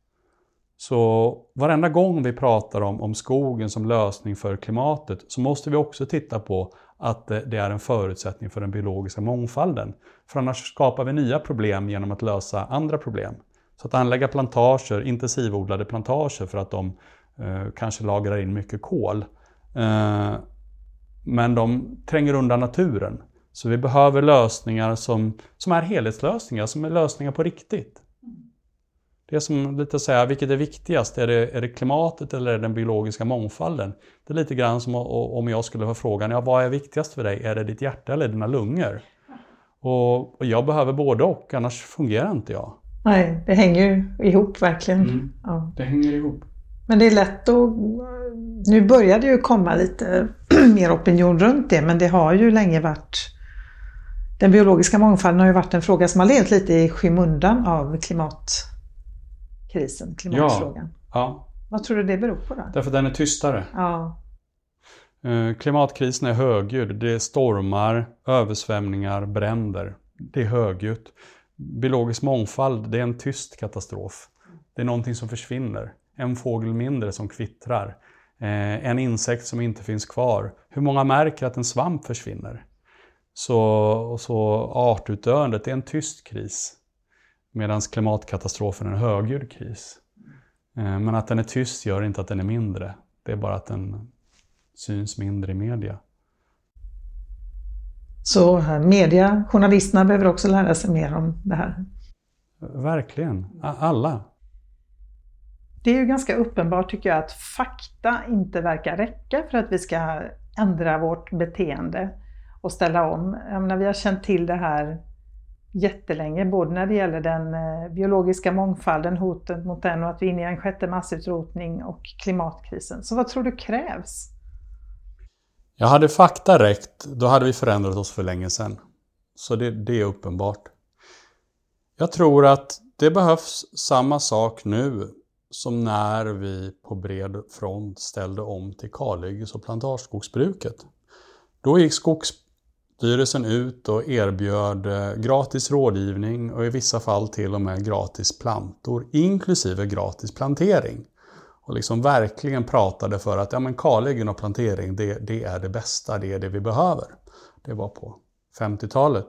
Så varenda gång vi pratar om, om skogen som lösning för klimatet så måste vi också titta på att det är en förutsättning för den biologiska mångfalden. För annars skapar vi nya problem genom att lösa andra problem. Så att anlägga plantager, intensivodlade plantager för att de eh, kanske lagrar in mycket kol. Eh, men de tränger undan naturen. Så vi behöver lösningar som, som är helhetslösningar, som är lösningar på riktigt. Det är som lite att säga, vilket är viktigast? Är det, är det klimatet eller är det den biologiska mångfalden? Det är lite grann som om jag skulle få frågan, ja, vad är viktigast för dig? Är det ditt hjärta eller dina lungor? Och, och jag behöver både och, annars fungerar inte jag. Nej, det hänger ju ihop verkligen. Mm, ja. Det hänger ihop. Men det är lätt att... Nu börjar det ju komma lite mer opinion runt det, men det har ju länge varit... Den biologiska mångfalden har ju varit en fråga som har levt lite i skymundan av klimatkrisen, klimatfrågan. Ja, ja. Vad tror du det beror på då? Därför den är tystare. Ja. Klimatkrisen är högljudd. Det är stormar, översvämningar, bränder. Det är högljutt. Biologisk mångfald, det är en tyst katastrof. Det är någonting som försvinner. En fågel mindre som kvittrar. Eh, en insekt som inte finns kvar. Hur många märker att en svamp försvinner? Så, så artutdöendet är en tyst kris. Medan klimatkatastrofen är en högljudd kris. Eh, men att den är tyst gör inte att den är mindre. Det är bara att den syns mindre i media. Så media, journalisterna behöver också lära sig mer om det här. Verkligen, alla. Det är ju ganska uppenbart tycker jag att fakta inte verkar räcka för att vi ska ändra vårt beteende och ställa om. Jag menar, vi har känt till det här jättelänge, både när det gäller den biologiska mångfalden, hotet mot den och att vi är inne i en sjätte massutrotning och klimatkrisen. Så vad tror du krävs? Jag hade fakta räckt, då hade vi förändrat oss för länge sedan. Så det, det är uppenbart. Jag tror att det behövs samma sak nu som när vi på bred front ställde om till kalhygges- och plantageskogsbruket. Då gick Skogsstyrelsen ut och erbjöd gratis rådgivning och i vissa fall till och med gratis plantor, inklusive gratis plantering. Och liksom verkligen pratade för att ja, men kalhyggen och plantering, det, det är det bästa, det är det vi behöver. Det var på femtiotalet.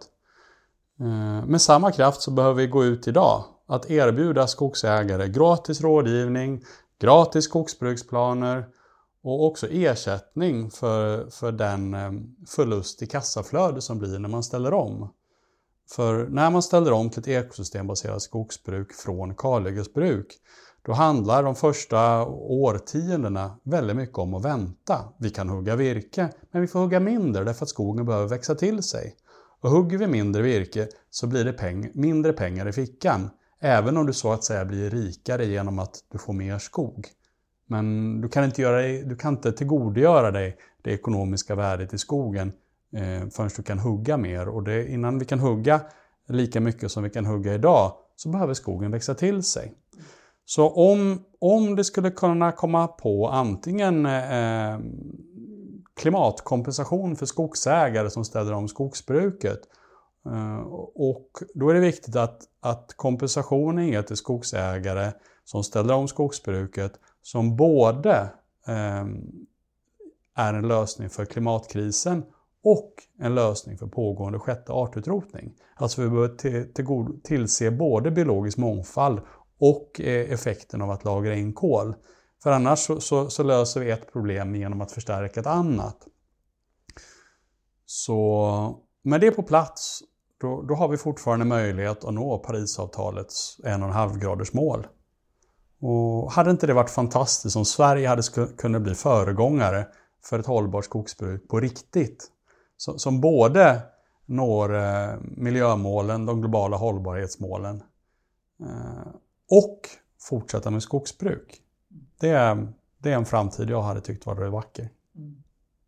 Med samma kraft så behöver vi gå ut idag. Att erbjuda skogsägare gratis rådgivning, gratis skogsbruksplaner och också ersättning för, för den förlust i kassaflöde som blir när man ställer om. För när man ställer om till ett ekosystembaserat skogsbruk från kalhyggesbruk, då handlar de första årtiondena väldigt mycket om att vänta. Vi kan hugga virke, men vi får hugga mindre därför att skogen behöver växa till sig. Och hugger vi mindre virke så blir det peng- mindre pengar i fickan. Även om du så att säga blir rikare genom att du får mer skog. Men du kan inte, göra dig, du kan inte tillgodogöra dig det ekonomiska värdet i skogen eh, förrän du kan hugga mer. Och det, innan vi kan hugga lika mycket som vi kan hugga idag så behöver skogen växa till sig. Så om, om det skulle kunna komma på antingen eh, klimatkompensation för skogsägare som ställer om skogsbruket. Eh, och då är det viktigt att, att kompensationen är till skogsägare som ställer om skogsbruket som både eh, är en lösning för klimatkrisen och en lösning för pågående sjätte artutrotning. Alltså vi behöver till, till, tillse både biologisk mångfald och effekten av att lagra in kol. För annars så, så, så löser vi ett problem genom att förstärka ett annat. Så med det på plats då, då har vi fortfarande möjlighet att nå Parisavtalets en och en halv graders mål. Och hade inte det varit fantastiskt om Sverige hade sk- kunnat bli föregångare för ett hållbart skogsbruk på riktigt? Som, som både når eh, miljömålen, de globala hållbarhetsmålen eh, och fortsätta med skogsbruk. Det är, det är en framtid jag hade tyckt var vacker. Mm.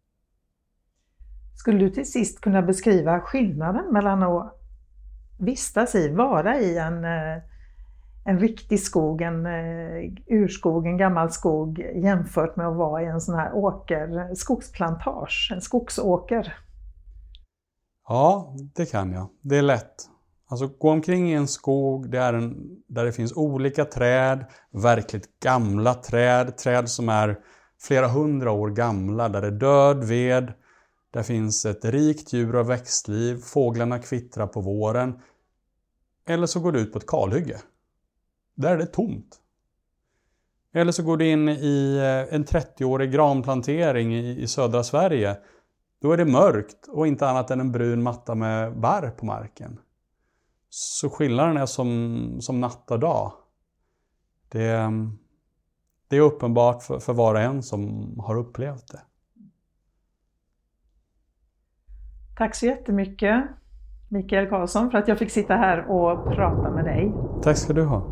Skulle du till sist kunna beskriva skillnaden mellan att vistas i, vara i en, en riktig skog, en urskog, en gammal skog jämfört med att vara i en sån här åker, skogsplantage, en skogsåker? Ja, det kan jag. Det är lätt. Alltså gå omkring i en skog det är en, där det finns olika träd, verkligt gamla träd, träd som är flera hundra år gamla, där det är död ved, där finns ett rikt djur- och växtliv, fåglarna kvittrar på våren. Eller så går du ut på ett kalhygge. Där är det tomt. Eller så går du in i en trettioårig granplantering i, i södra Sverige. Då är det mörkt och inte annat än en brun matta med barr på marken. Så skillnaden är som, som natt och dag. Det, det är uppenbart för, för var och en som har upplevt det. Tack så jättemycket Mikael Karlsson för att jag fick sitta här och prata med dig. Tack ska du ha.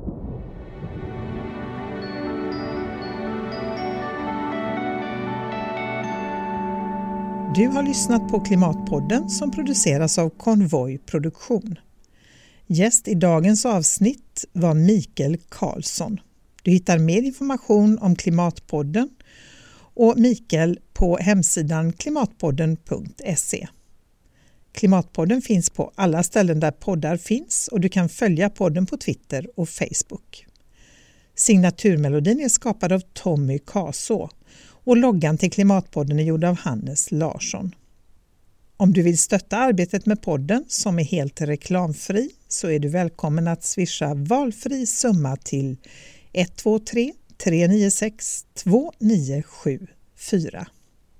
Du har lyssnat på Klimatpodden som produceras av Konvoj Produktion. Gäst i dagens avsnitt var Mikael Karlsson. Du hittar mer information om Klimatpodden och Mikael på hemsidan klimatpodden punkt se. Klimatpodden finns på alla ställen där poddar finns och du kan följa podden på Twitter och Facebook. Signaturmelodin är skapad av Tommy Kaså och loggan till Klimatpodden är gjord av Hannes Larsson. Om du vill stötta arbetet med podden som är helt reklamfri så är du välkommen att swisha valfri summa till ett två tre tre nio sex två nio sju fyra.